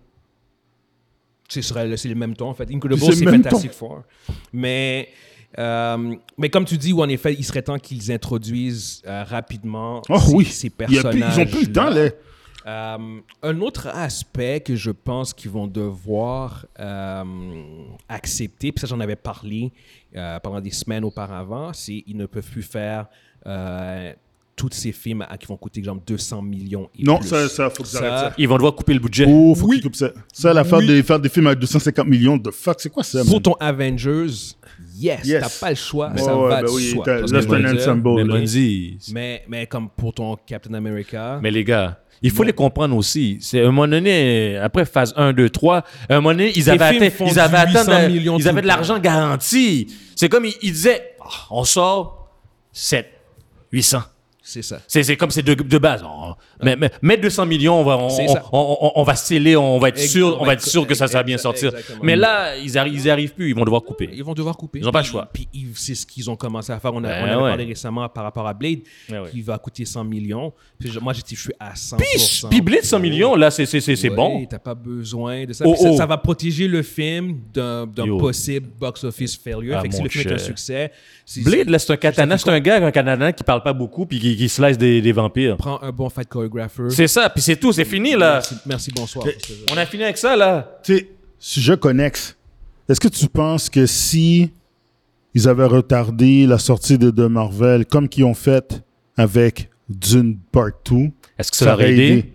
C'est sur- c'est le même ton, en fait. Incredible, C'est le c'est même Fantastic Four. Mais, euh, mais comme tu dis, où en effet, il serait temps qu'ils introduisent euh, rapidement Oh ces, oui. ces Il y a personnages. plus- ils ont plus le temps, là. Euh, un autre aspect que je pense qu'ils vont devoir euh, accepter, puis ça j'en avais parlé euh, pendant des semaines auparavant, c'est qu'ils ne peuvent plus faire euh, tous ces films à- qui vont coûter genre deux cents millions et Non, plus. ça, ça, faut que Ça, j'arrête ça. Ils vont devoir couper le budget. Oh, faut Oui. qu'ils coupent ça. Ça, l'affaire Oui. de faire des films à deux cent cinquante millions de fuck, c'est quoi ça, Pour man? ton Avengers, yes, Yes. t'as pas le choix, Ouais, ça ouais, va ben de oui, soi. t'as- Tu vois ce là, que je c'est veux un dire? ensemble. Mais là. Monzi, Mais, mais comme pour ton Captain America, mais les gars, il faut les comprendre aussi. C'est à un moment donné, après phase un, deux, trois, à un moment donné, ils Ces avaient films atteint, font ils avaient du atteint de- huit cents millions ils tout avaient le de l'argent temps. garanti. C'est comme ils, ils disaient, Ah, on sort sept, huit cents. c'est ça. C'est, c'est comme c'est de, de base. On- mais, mais, mais deux cents millions, on va, on, C'est on, ça. on, on- on va sceller, on va être Ex- sûr, on ouais, va être sûr que ça, ça va bien ex- sortir. exactement. Mais là, ils arrivent, ils arrivent plus, ils vont devoir couper. Ils vont devoir couper. Ils ont pas le Puis- choix. Puis ils- c'est ce qu'ils ont commencé à faire. On, a, Ben on avait ouais. parlé récemment par rapport à Blade, Ouais, ouais. qui va coûter cent millions. Puis je- moi, j'étais- je suis à cent pour cent. Puis, puis Blade cent millions, là, c'est, c'est, c'est, c'est Ouais, bon. T'as pas besoin de ça. Oh, Puis ça, oh. ça va protéger le film d'un, d'un Yo. possible box-office failure. Ah, fait que si mon le film est un cher. succès, c'est- Blade, là, c'est un katana, c'est un gars, un Canadien qui parle pas beaucoup puis qui, qui slice des, des vampires. prends un bon fight choreographer. C'est ça, puis c'est tout, c'est fini, là. Merci, merci, bonsoir. On a fini avec ça, là. Tu sais, sujet connexe. Est-ce que tu penses que si ils avaient retardé la sortie de, de Marvel comme qu'ils ont fait avec Dune Part deux, Est-ce que ça, Ça aurait aurait aidé? aidé.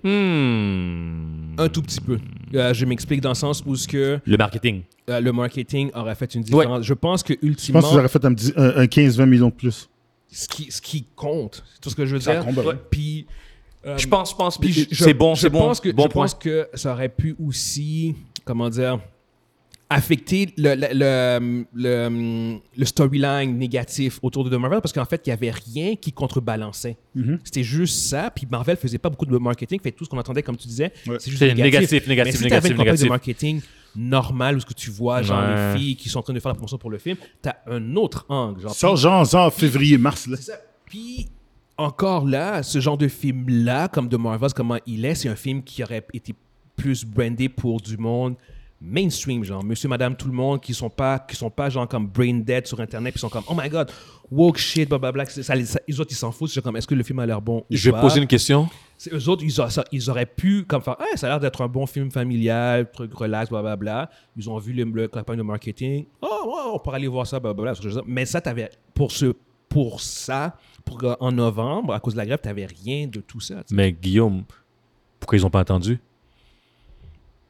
Hmm. Un tout petit peu. Euh, je m'explique dans le sens où ce que, Le marketing. euh, le marketing aurait fait une différence. Je pense que je ultimement, pense qu'ils auraient fait un, petit- un- un quinze vingt millions de plus. ce qui, ce qui compte, c'est tout ce que je veux Ça dire. compte, ben oui. Puis, euh, Je pense, je pense, puis puis je- c'est bon, je c'est bon. pense que, bon je point. pense que ça aurait pu aussi, comment dire, affecter le, le, le, le, le storyline négatif autour de The Marvel parce qu'en fait, il n'y avait rien qui contrebalançait. Mhm. C'était juste ça. Puis Marvel faisait pas beaucoup de marketing. Fait tout ce qu'on entendait, comme tu disais, Ouais. c'est juste C'est négatif. négatif, négatif, Mais si négatif, t'avais une campagne de négatif. marketing normale où ce que tu vois, genre Ouais. les filles qui sont en train de faire la promotion pour le film, t'as un autre angle. Genre, Ça, genre, genre février-mars, là. c'est ça. Puis, encore là, ce genre de film-là, comme de Marvels, comment il est, c'est un film qui aurait été plus brandé pour du monde mainstream, genre monsieur, madame, tout le monde, qui sont pas, qui sont pas genre comme brain dead sur Internet, puis sont comme, oh my god, woke shit, blablabla. Ça, ça, ça, les autres, ils s'en foutent. C'est comme, est-ce que le film a l'air bon ou Je vais pas? poser une question. C'est- Eux autres, ils, a- ça- ils auraient pu comme faire, ah, ça a l'air d'être un bon film familial, truc relax, blablabla. Ils ont vu le, le campagne de marketing. Oh, ouais, on pourrait aller voir ça, blablabla. ce que je veux dire. Mais ça, t'avais, pour, ce, pour ça, pour, euh, en novembre, à cause de la grève, tu n'avais rien de tout ça. tu sais. Mais Guillaume, pourquoi ils ont pas entendu?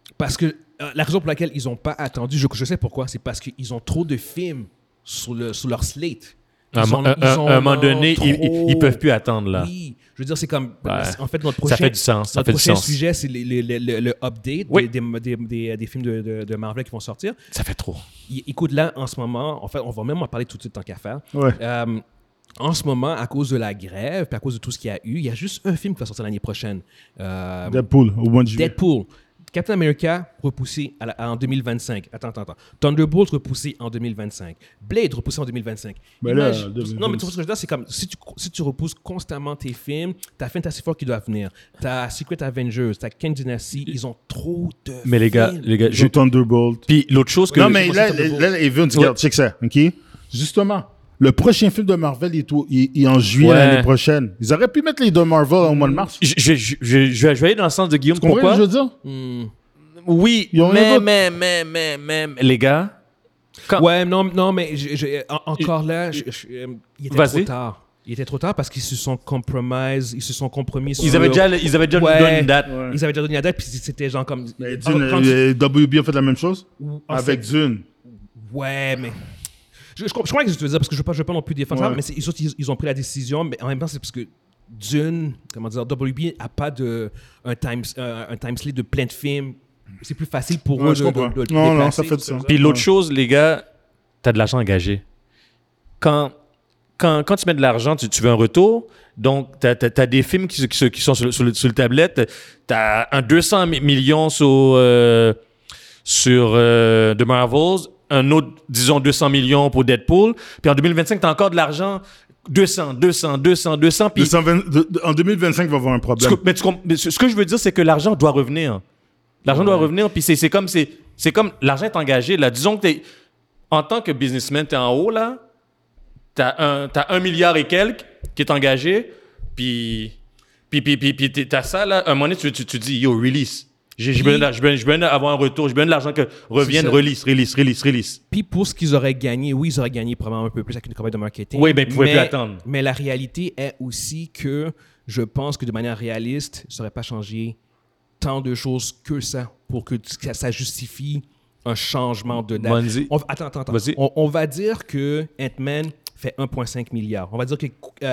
Parce que euh, la raison pour laquelle ils n'ont pas attendu, je, je sais pourquoi, c'est parce qu'ils ont trop de films sur, le, sur leur slate. À un, Ils ont- un- ils un- ont un moment non, donné, ils, ils, trop. ils peuvent plus attendre là. Oui, je veux dire, c'est comme. Ouais. En fait, notre prochain, Ça fait du sens. Ça notre fait du prochain sens. sujet, c'est les- les- les- le, le update Oui. des, des, des, des films de, de, de Marvel qui vont sortir. Ça fait trop. Y- Écoute, là, en ce moment, en fait, on va même en parler tout de suite tant qu'à faire. Ouais. Euh, en ce moment, à cause de la grève, puis à cause de tout ce qu'il y a eu, il y a juste un film qui va sortir l'année prochaine. Euh, Deadpool, au mois de juillet. Deadpool. Captain America repoussé à la- en deux mille vingt-cinq. Attends, attends, attends. Thunderbolt repoussé en deux mille vingt-cinq. Blade repoussé en deux mille vingt-cinq. Mais là, Imagine- deux mille vingt. non, mais tu vois ce que je veux dire, c'est comme si tu, si tu repousses constamment tes films, t'as Fantastic Four qui doit venir, t'as Secret Avengers, t'as Kang Dynasty, ils ont trop de Mais les gars, films. les gars, Je je... Thunderbolt. puis l'autre chose que Non, mais moi, là, c'est Thunderbolt. là, là, Evans, regarde, check ça, OK? Justement, le prochain film de Marvel est, au- il- il est en juillet Ouais. l'année prochaine. Ils auraient pu mettre les de Marvel au mois de mars. je, je, je, je, je vais je vais aller dans le sens de Guillaume. Tu comprends Pourquoi? ce que je veux dire? Hmm. Oui, Ils ont rien mais, d'autre. mais, mais, mais, mais, mais, les gars, quand... Ouais, non, non, mais je- je- en- encore là, je- je- euh, il était Vas-y. trop tard. Il était trop tard parce qu'ils se sont compromis, ils se sont compromis sur... ils avaient déjà, ils avaient déjà Ouais. donné une date. Ouais. Ils avaient déjà donné la date, puis c'était genre comme... Mais quand- Dune, quand tu- euh, W B a fait la même chose en avec fait- Dune. Ouais, mais... Je, je, je crois que je te veux dire, parce que je ne veux pas, je veux pas non plus défendre ça, Ouais. mais c'est- ils, autres, ils, ils ont pris la décision, mais en même temps, c'est parce que Dune, comment dire, W B n'a pas de, un, time, euh, un time slate de plein de films. C'est plus facile pour Ouais, eux je de, comprends. de, de Non, non, déplacer, ça fait du tout ça. sens. Puis l'autre Ouais. chose, les gars, t'as de l'argent engagé. Quand, quand, quand tu mets de l'argent, tu, tu veux un retour. Donc, t'as as, des films qui, qui, qui sont sur le, sur, le, sur le tablette. T'as un deux cents millions sur, euh, sur euh, The Marvels, un autre, disons, deux cents millions pour Deadpool. Puis en deux mille vingt-cinq, t'as encore de l'argent. deux cents, deux cents, deux cents, deux cents. Puis, deux cent vingt de- de- en deux mille vingt-cinq, il va y avoir un tu problème. co- mais tu comp- mais ce ce que je veux dire, c'est que l'argent doit revenir. L'argent doit revenir, puis c'est c'est comme, c'est c'est comme l'argent est engagé. Là. Disons que t'es, en tant que businessman, tu es en haut, là, tu as un, t'as un milliard et quelques qui est engagé, puis puis, puis, puis, puis tu as ça, là, un moment donné, tu, tu, tu dis, yo, release. J'ai j'ai Puis- besoin d'a- j'ai besoin j'ai besoin d'avoir un retour, j'ai besoin de l'argent que revienne, ça. release, release, release, release. Puis pour ce qu'ils auraient gagné, oui, ils auraient gagné probablement un peu plus avec une campagne de marketing. Oui, ben, ils pouvaient mais, plus attendre. Mais la réalité est aussi que je pense que de manière réaliste, ça n'aurait pas changé tant de choses que ça pour que ça, ça justifie un changement de date. Monzi. On- attends, attends, attends. Vas-y. On, on va dire que Ant-Man fait un virgule cinq milliard. On va dire que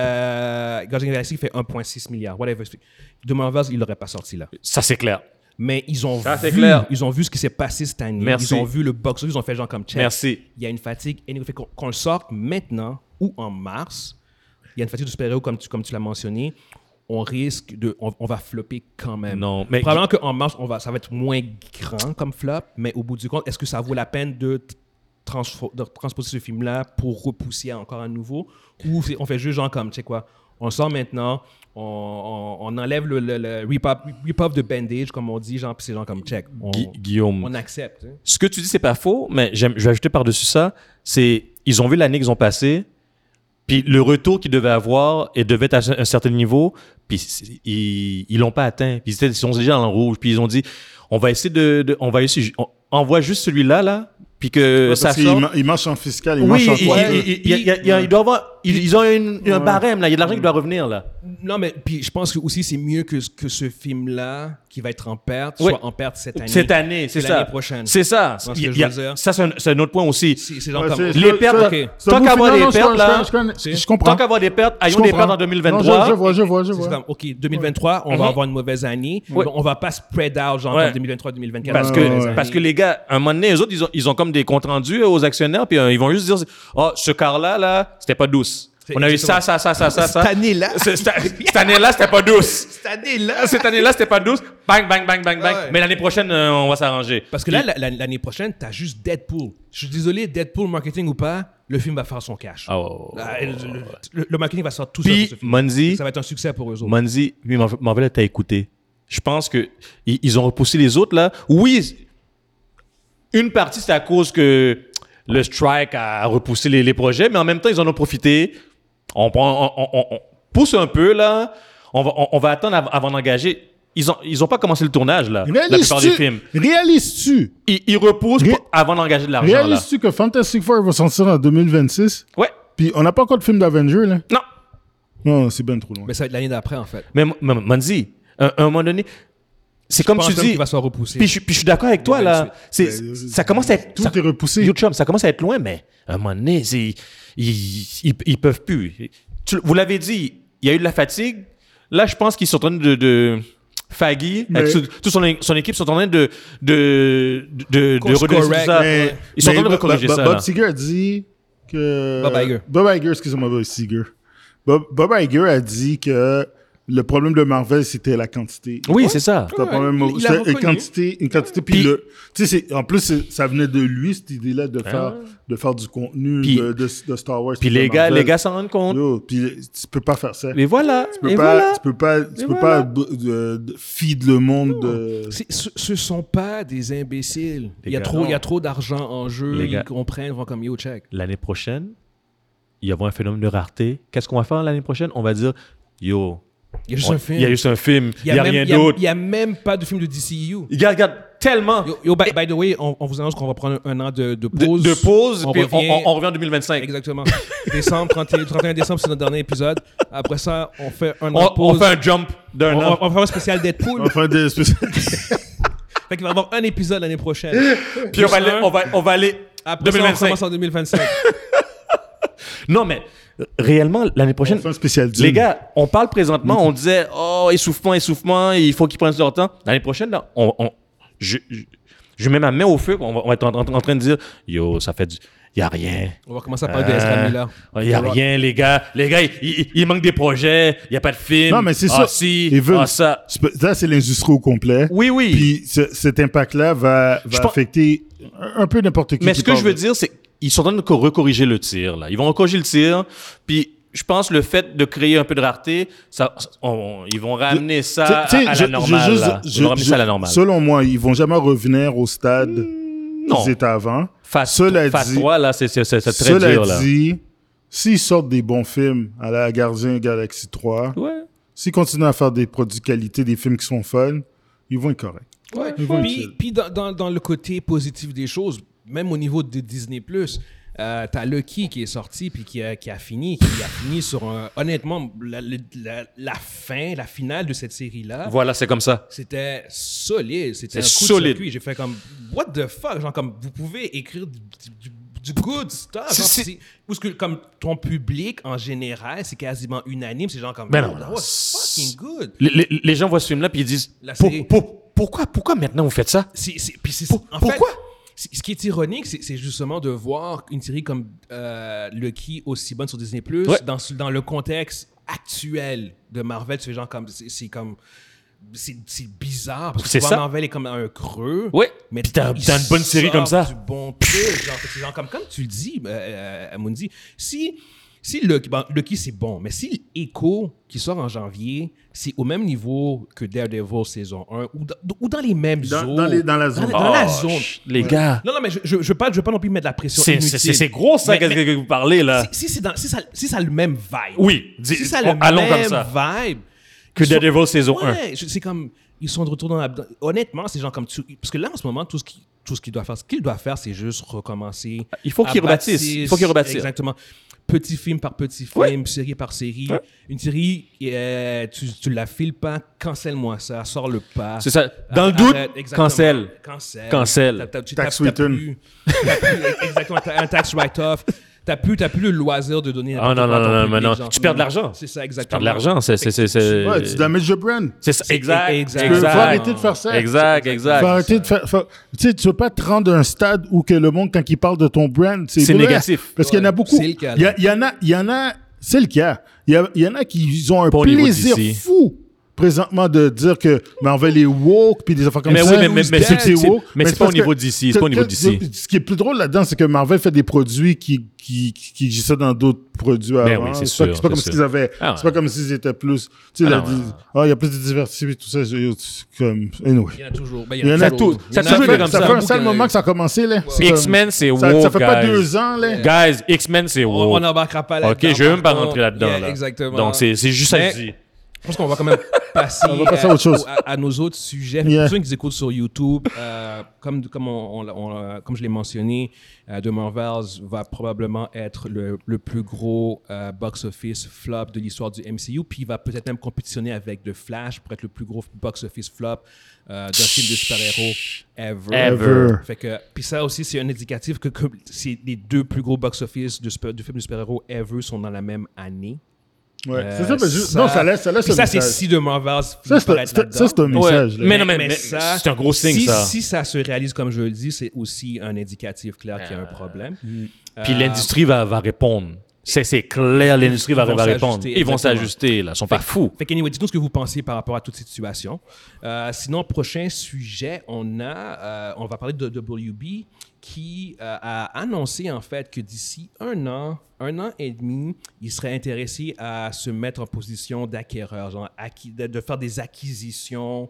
euh, Guardians of the Galaxy fait un virgule six milliard. Whatever. De Marvel, il l'aurait pas sorti là. Ça, c'est clair. Mais ils ont Ça, c'est vu, clair. ils ont vu ce qui s'est passé cette année. Merci. Ils ont vu le box, ils ont fait genre comme check. Merci. Il y a une fatigue. Et il fait qu'on qu'on le sorte maintenant ou en mars. Il y a une fatigue de super-héros comme tu, comme tu l'as mentionné. On risque de, on, on va flopper quand même. Non, mais- Probablement qu'en mars, on va, ça va être moins grand comme flop, mais au bout du compte, est-ce que ça vaut la peine de, transfo- de transposer ce film-là pour repousser encore à nouveau, ou c'est- on fait juste genre comme, tu sais quoi, on le sort maintenant, on, on, on enlève le, le, le rip-off rip-off de bandage, comme on dit, genre, puis c'est genre comme check. On, Gui- Guillaume. on accepte. hein. Ce que tu dis, c'est pas faux, mais j'aime- je vais ajouter par-dessus ça, c'est ils ont vu l'année qu'ils ont passée, puis le retour qu'ils devaient avoir et devait être à un certain niveau, puis c'est- ils ils l'ont pas atteint, puis ils, étaient, ils sont déjà dans le rouge, puis ils ont dit on va essayer de, de- on va essayer, on envoie juste celui-là là, puis que Ouais, ça parce qu'il sorte. ma- il marche en fiscal, il Oui, marche en il, quoi. il, il, il, il, il, il doit avoir, ils, ils ont une- un Ouais. barème là, il y a de l'argent qui doit revenir là. Non, mais puis je pense que aussi c'est mieux que, que ce film-là, qui va être en perte, Oui. soit en perte cette année. Cette année, c'est que ça. l'année prochaine. C'est ça. Tu vois ce Il y que a- je il y a- veux dire? ça, c'est un, c'est un autre point aussi. C'est c'est genre Ouais, comme... c'est- Les c'est- pertes, c'est- ok. c'est tant un qu'à beau avoir film. des Non, je- pertes, je- là, je connais- c'est- Je comprends. Tant qu'avoir des pertes, Je ayons des comprends. pertes en deux mille Non, vingt-trois. je, je vois, je vois, je C'est vois. comme, OK, deux mille vingt-trois, on va Mhm. avoir une mauvaise année. Oui. On va pas spread out, genre, Ouais. comme deux mille vingt-trois deux mille vingt-quatre. Parce une que, mauvaise année. parce que les gars, à un moment donné, eux autres, ils ont, ils ont comme des comptes rendus aux actionnaires, puis euh, ils vont juste dire oh, ce quart-là, là, c'était pas douce. C'est- On a eu ça, exactement. ça, ça, ça, ça, ça. Cette année-là. Ce- Cette cette année-là, c'était pas douce. Cette année-là. Cette année-là, c'était pas douce. Bang, bang, bang, bang, bang. Ouais. Mais l'année prochaine, euh, on va s'arranger. Parce que là, la- la- l'année prochaine, t'as juste Deadpool. Je suis désolé, Deadpool, marketing ou pas, le film va faire son cash. Oh. Ah, le, le- le- le marketing va sortir tout seul Puis, sur ce film. Monzi, Ça va être un succès pour eux autres. Monzi, oui, Marvel- Marvel t'a écouté. Je pense que ils, ils ont repoussé les autres, là. Oui, une partie, c'est à cause que le strike a repoussé les, les projets, mais en même temps, ils en ont profité. On, prend- on, on- on- on pousse un peu, là. On va, on, on va attendre av- avant d'engager. Ils ont, ils ont pas commencé le tournage, là, la plupart des Réalises-tu films. réalises-tu Ils, ils repoussent Ré- pour- avant d'engager de l'argent, là. réalises-tu que Fantastic Four va sortir en deux mille vingt-six? Ouais. Puis on n'a pas encore de film d'Avenger, là? Non. Non, c'est bien trop loin. Mais ça va être l'année d'après, en fait. Mais M- M- Monzi, à un moment donné, c'est comme pense tu même dis. qu'il va se faire repousser. Puis je, puis je suis d'accord avec toi, Ouais, là. C'est, Euh, ça commence à être. Tout ça, est repoussé. Yo, chum, ça commence à être loin, mais à un moment donné, c'est, ils, ils, ils peuvent plus. Tu- vous l'avez dit, il y a eu de la fatigue. Là, je pense qu'ils sont en train de. de Faggy, Mais- avec tout- toute son, son équipe sont en train de, de, de, de, de Course redresser correct, tout ça. Mais- Ils sont en mais train de Bob- corriger Bob- ça. Bob là. Seger a dit que... Bob Iger. Bob Iger, excusez-moi, Bob Seger. Bob, Bob Iger a dit que le problème de Marvel, c'était la quantité. Oui, c'est ça. C'était un Ouais, problème, il- il a c'était une reconnu. quantité, une quantité. Puis, Puis- le, tu sais, c'est- en plus, c'est- ça venait de lui, cette idée-là de faire, de faire du contenu Puis- de, de, de Star Wars. Puis de les gars, Marvel. les gars s'en rendent compte. Yo, puis tu peux pas faire ça. Et voilà. Tu peux et pas, voilà. tu peux pas, tu Et peux voilà. pas b- de- de- feed le monde de. C'est- Ce, ce sont pas des imbéciles. Les Il y a gars, trop, non. il y a trop d'argent en jeu. Les Ils gars. comprennent, ils vont comme yo check. L'année prochaine, il y aura un phénomène de rareté. Qu'est-ce qu'on va faire l'année prochaine? On va dire, yo, Il y a juste on- un film. il y a juste un film, il n'y a, même- rien il y a- d'autre. Il y a même pas de film de D C U. Regarde, regarde, tellement Yo, yo, by, by the way, on, on vous annonce qu'on va prendre un, un an de, de de, pause. de pause, On puis revient- on, on- on revient en deux mille vingt-cinq. Exactement. Décembre, trente et un trente et un décembre, c'est notre dernier épisode. Après ça, on fait un an On, de pause. on fait un jump d'un On- an. on- on va faire un spécial Deadpool. Enfin, des spécial- Fait qu'il va y avoir un épisode l'année prochaine. Puis on va, Plus aller, un. on, va, on va aller Après ça, on deux mille vingt-cinq. commence en deux mille vingt-cinq. Non, mais euh, réellement, l'année prochaine, On fait un spécial les Dune. gars, on parle présentement, on disait, oh, essoufflement, essoufflement, il faut qu'ils prennent leur temps. L'année prochaine, là, on, on- je, je, je mets ma main au feu, on va, on va être en, en- en train de dire, yo, ça fait du. Il n'y a rien. On va commencer à parler de Ezra Miller. Il n'y a rien, les gars. Les gars, il, il- il manque des projets, il n'y a pas de film. Non, mais c'est ah, ça. si, Ils veulent- ah, ça. C'est pas- Là, c'est l'industrie au complet. Oui, oui. Puis ce- cet impact-là va, Je va pense- affecter un un peu n'importe qui. Mais qui ce que parle je veux de- dire, c'est qu'ils sont en train de co- recorriger le tir. Là. Ils vont recorriger le tir. Puis je pense le fait de créer un peu de rareté, ça, on- ils vont ramener ça Tu sais, à, à je- la je- normale. juste- là. Ils je- vont ramener je- ça à la normale. Selon moi, ils vont jamais revenir au stade non. qu'ils étaient avant. Phase, Cela phase dit- trois, là, c'est, c'est, c'est, c'est très Cela dur. Là. dit, s'ils sortent des bons films à la Gardien Galaxy trois, Ouais. s'ils continuent à faire des produits de qualité, des films qui sont fun, ils vont être corrects. Ouais. Ils vont être Puis, chill. puis dans, dans, dans le côté positif des choses, même au niveau de Disney+, euh, t'as Lucky qui est sorti puis qui a, qui a fini, qui a fini sur un... Honnêtement, la, la, la fin, la finale de cette série-là, Voilà, c'est comme ça. c'était solide. C'était un C'est coup solide. de circuit. J'ai fait comme, what the fuck? Genre comme, vous pouvez écrire du, du, du good stuff. C'est- Genre, c'est- c'est- Parce que comme ton public, en général, c'est quasiment unanime. C'est genre comme, Ben yo, non, that non, was c'est- fucking good. Les, les- les gens voient ce film-là puis ils disent La Pour- série. pour- pourquoi, pourquoi maintenant vous faites ça? C'est, c'est, puis c'est, Pour- en pourquoi? fait, c'est- ce qui est ironique, c'est, c'est justement de voir une série comme euh, Lucky aussi bonne sur Disney+, Ouais. dans, dans le contexte actuel de Marvel. Tu fais genre comme, c'est, c'est comme, c'est, c'est bizarre parce que C'est tu vois, ça. Marvel est comme un creux. Ouais. Mais Puis t'as- il t'as une bonne série sort comme ça. Du bon truc, genre, c'est genre comme, comme tu le dis, euh, euh, Amundi, si, si Lucky, bon, Lucky c'est bon, mais si Echo qui sort en janvier, c'est au même niveau que Daredevil saison un ou dans, ou dans les mêmes Dans- eaux. dans les- dans la zone. Dans, la Oh, zone. ch- Les gars, Non, non, mais je ne je, je veux pas, je veux pas non plus mettre la pression c'est, inutile. c'est, c'est, c'est gros ça Mais- que, mais que vous parlez là. si, si, c'est dans, si, ça, si ça a le même vibe. Oui, dis- Si ça a on- le allons comme même ça. vibe. Que ils sont- Daredevil saison un. Ouais, je- c'est comme, ils sont de retour dans la... dans- Honnêtement, c'est genre comme... tu- parce que là, en ce moment, tout ce qui- tout ce qu'il doit faire, ce qu'il doit faire, c'est juste recommencer. Il faut qu'il à rebâtisse. bâtir- Il faut qu'il rebâtisse. Exactement. Petit film par petit film, Ouais. série par série. Ouais. Une série, euh, tu, tu la files pas, cancelle-moi ça, sors-le pas. C'est ça. Dans le doute, Arrête, exactement. cancel. Cancel. Cancel. T'as- t'as- tu Tax tapes- t'as return. plus- t'as plus- Exactement, t'as un tax write-off. T'as plus, t'as plus le loisir de donner... Ah, non, n'importe quoi non, à ton non, public, non, non. genre. Tu perds de l'argent. C'est ça, Tu exactement. perds de l'argent. C'est, c'est, c'est, c'est... Ouais, tu damages le brand. c'est ça. C'est- Exact. exact. Exact. Faut arrêter de faire ça. Exact, Faut exact. arrêter de faire. faut- Tu sais, tu veux pas te rendre à un stade où que le monde, quand il parle de ton brand, c'est C'est vrai. négatif. Parce qu'il y en a Ouais, beaucoup. c'est le cas, Il y, a- là. il y en a, il y en a, c'est le cas. Il y, a- il y en a qui ont un Pas au niveau plaisir d'ici. fou présentement de dire que Marvel est woke puis des affaires comme Mais ça. oui, mais- mais- mais C'est- c'est- c'est- woke. mais c'est pas parce au niveau que- d'ici, c'est pas au niveau que- d'ici. Ce qui est plus drôle là-dedans, c'est que Marvel fait des produits qui qui qui, qui existaient dans d'autres produits Ben avant. oui, c'est c'est pas, sûr, c'est pas comme c'est s'ils sûr. avaient. Ah ouais. C'est pas comme s'ils étaient plus. Tu sais, Ah là, non, dis- ouais. ah, il y a plus de diversité et tout ça. c'est- c'est comme anyway. Il y en a toujours. Ben, Il y en a toujours. tout. Il y en Ça a toujours Ça été fait, comme ça ça. fait un beaucoup sale que- moment que ça a commencé, là. C'est comme- X-Men, c'est ça, woke, ça fait pas guys. deux ans, là. Guys, X-Men, c'est On woke. n'embarquera pas là-dedans. Ok, je vais même pas par contre. rentrer là-dedans. Yeah, là. Exactement. Donc, c'est, c'est juste à Mais- dire. Je pense qu'on va quand même passer, On va passer à autre chose. à, à nos autres sujets. Yeah. Pour ceux qui nous écoutent sur YouTube, euh, comme, comme, on, on, on, comme je l'ai mentionné, euh, The Marvels va probablement être le, le plus gros euh, box-office flop de l'histoire du M C U, puis il va peut-être même compétitionner avec The Flash pour être le plus gros box-office flop euh, d'un film de super-héros ever. Ever. Fait que, puis ça aussi, c'est un indicatif que, que c'est les deux plus gros box-office de, super- de films de super-héros ever sont dans la même année. Ouais. Euh, c'est ça, mais juste- non, ça laisse, ça laisse puis un ça, c'est message. si de Marvels Ça, finit c'est par un- être c'est- là-dedans. ça, c'est un message. là. Mais non, mais, Mais mais ça, c'est un gros signe, si, ça. Si ça se réalise comme je le dis, c'est aussi un indicatif clair qu'il y a un problème. Puis Euh, l'industrie va, va répondre. C'est, c'est clair, l'industrie va, Ils vont va répondre. s'ajuster, Ils vont exactement. s'ajuster, là. Ils sont pas fous. Fait qu'anyway, dites-nous ce que vous pensez par rapport à toute cette situation. Euh, sinon, prochain sujet, on a, euh, on va parler de W B qui euh, a annoncé en fait que d'ici un an, un an et demi, il serait intéressé à se mettre en position d'acquéreur, genre acquis- de, de faire des acquisitions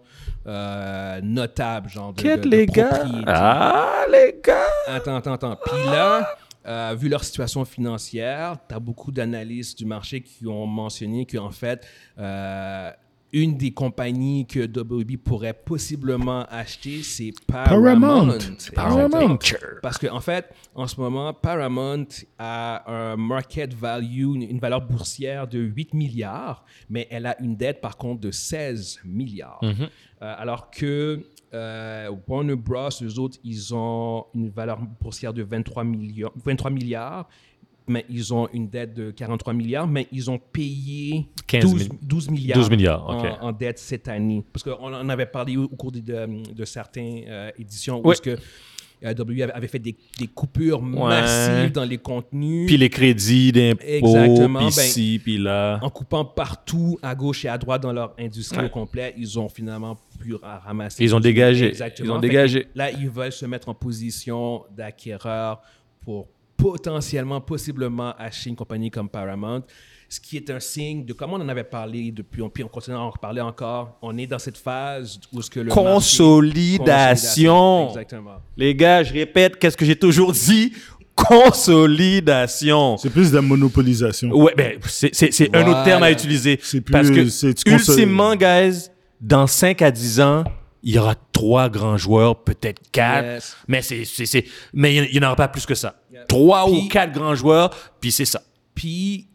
euh, notables, genre de, Qu'est-ce de, de les gars? propriétés. Ah, les gars! Attends, attends, attends. Puis là, euh, vu leur situation financière, tu as beaucoup d'analystes du marché qui ont mentionné qu'en fait, euh, une des compagnies que W B pourrait possiblement acheter, c'est Paramount. Paramount. Exactement. Parce qu'en en fait, en ce moment, Paramount a un market value, une, une valeur boursière de huit milliards, mais elle a une dette par contre de seize milliards. Mm-hmm. Euh, alors que euh, Warner Bros, eux autres, ils ont une valeur boursière de vingt-trois millions, vingt-trois milliards, mais ils ont une dette de quarante-trois milliards, mais ils ont payé quinze douze, mille. douze milliards, douze milliards, en, ok. en dette cette année. Parce qu'on en avait parlé au, au cours de, de, de certaines euh, éditions où Oui. est-ce que euh, W avait, avait fait des, des coupures massives dans les contenus. Puis les crédits d'impôts, Exactement, puis ben, ci, puis là. En coupant partout, à gauche et à droite dans leur industrie Ouais. au complet, ils ont finalement pu ra- ramasser. Ils ont dégagé. Exactement. Ils ont Fait que dégagé. Là, ils veulent se mettre en position d'acquéreur pour potentiellement, possiblement acheter une compagnie comme Paramount, ce qui est un signe de, comme on en avait parlé depuis, on, puis on continue à en reparler encore, on est dans cette phase où ce que le Consolidation. marché... Exactement. Les gars, je répète, qu'est-ce que j'ai toujours dit? Consolidation. C'est plus de la monopolisation. Ouais, ben, c'est, c'est, c'est un autre Voilà. terme à utiliser. C'est plus- Parce que, c'est- tu consolides. ultimement, guys, dans cinq à dix ans, il y aura trois grands joueurs, peut-être quatre. Yes. Mais c'est, c'est, c'est, mais il n'y en aura pas plus que ça. Yeah. Trois Puis- ou quatre grands joueurs, puis c'est ça. Puis,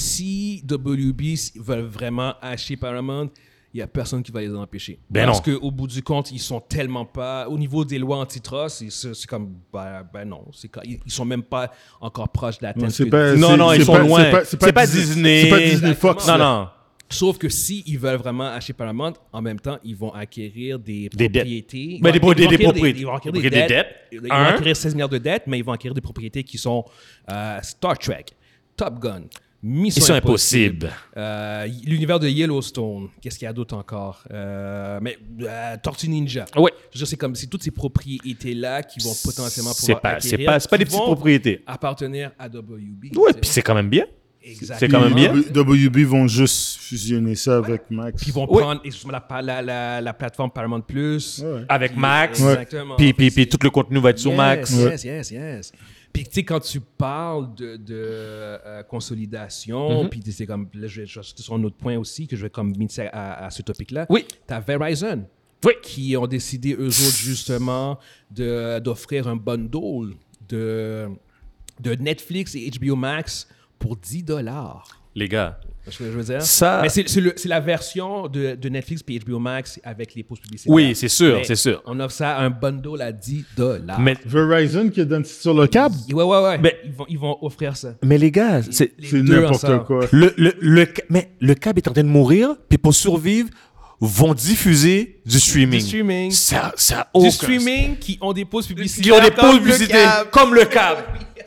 si W B veulent vraiment acheter Paramount, il n'y a personne qui va les empêcher. Ben Parce non. qu'au bout du compte, ils sont tellement pas... Au niveau des lois antitrust, c'est, c'est c'est comme... Ben, ben non. C'est, comme- ils ne sont même pas encore proches d'atteindre... Non, ce c'est que- pas- Non, c'est- non, ils c'est sont pas- loin. c'est pas- C'est pas Disney. C'est pas Disney Fox. Non, là. non. Sauf que s'ils veulent vraiment acheter Paramount, en même temps, ils vont acquérir des Des dettes. propriétés. Ils Ben, vont des pro- acquérir- des- ils vont des acquérir propriétés. Ils vont acquérir Des des dettes. dettes. Ils vont Un. acquérir seize milliards de dettes, mais ils vont acquérir des propriétés qui sont euh, Star Trek, Top Gun, Mission Mission Impossible, Impossible. euh, l'univers de Yellowstone. Qu'est-ce qu'il y a d'autre encore? Euh, mais euh, Tortue Ninja. Ouais. Je veux dire, c'est comme c'est toutes ces propriétés-là qui vont potentiellement C'est pouvoir pas, c'est acquérir, pas, c'est pas qui des petites vont propriétés. appartenir à W B. Ouais, tu sais. puis c'est quand même bien. Exactement. c'est quand même bien. W B vont juste fusionner ça avec Max. Puis ils vont Oui. prendre excuse-moi, la, la, la, la plateforme Paramount Plus. Ouais. Avec Puis- Max. Exactement. Puis, puis, Fait puis que tout le contenu va être sur yes, Max. Yes, yes, yes. Puis tu sais, quand tu parles de, de euh, consolidation, Mhm. puis c'est comme, là, je vais je vais ajouter sur un autre point aussi, que je vais comme mixer à, à ce topic-là. Oui. Tu as Verizon. Oui. Qui ont décidé, eux autres, justement, de, d'offrir un bundle de, de Netflix et H B O Max pour dix dollars. Les gars. Ce que je veux dire. Ça- Mais c'est, c'est, le- c'est la version de, de Netflix et H B O Max avec les pauses publicitaires. Oui, c'est sûr, Mais c'est sûr. On offre ça à un bundle à dix dollars. Mais, Verizon qui donne sur le câble, Ouais, ouais, ouais. Mais- ils, vont, ils vont offrir ça. mais les gars, c'est, Les c'est deux n'importe ensemble. quoi. le, le, le, mais le câble est en train de mourir, puis pour survivre, vont diffuser du streaming. Du streaming. Ça, ça a Du aucun streaming qui ont des pauses publicitaires. Qui ont des comme pauses le publicitaires câble. comme le câble.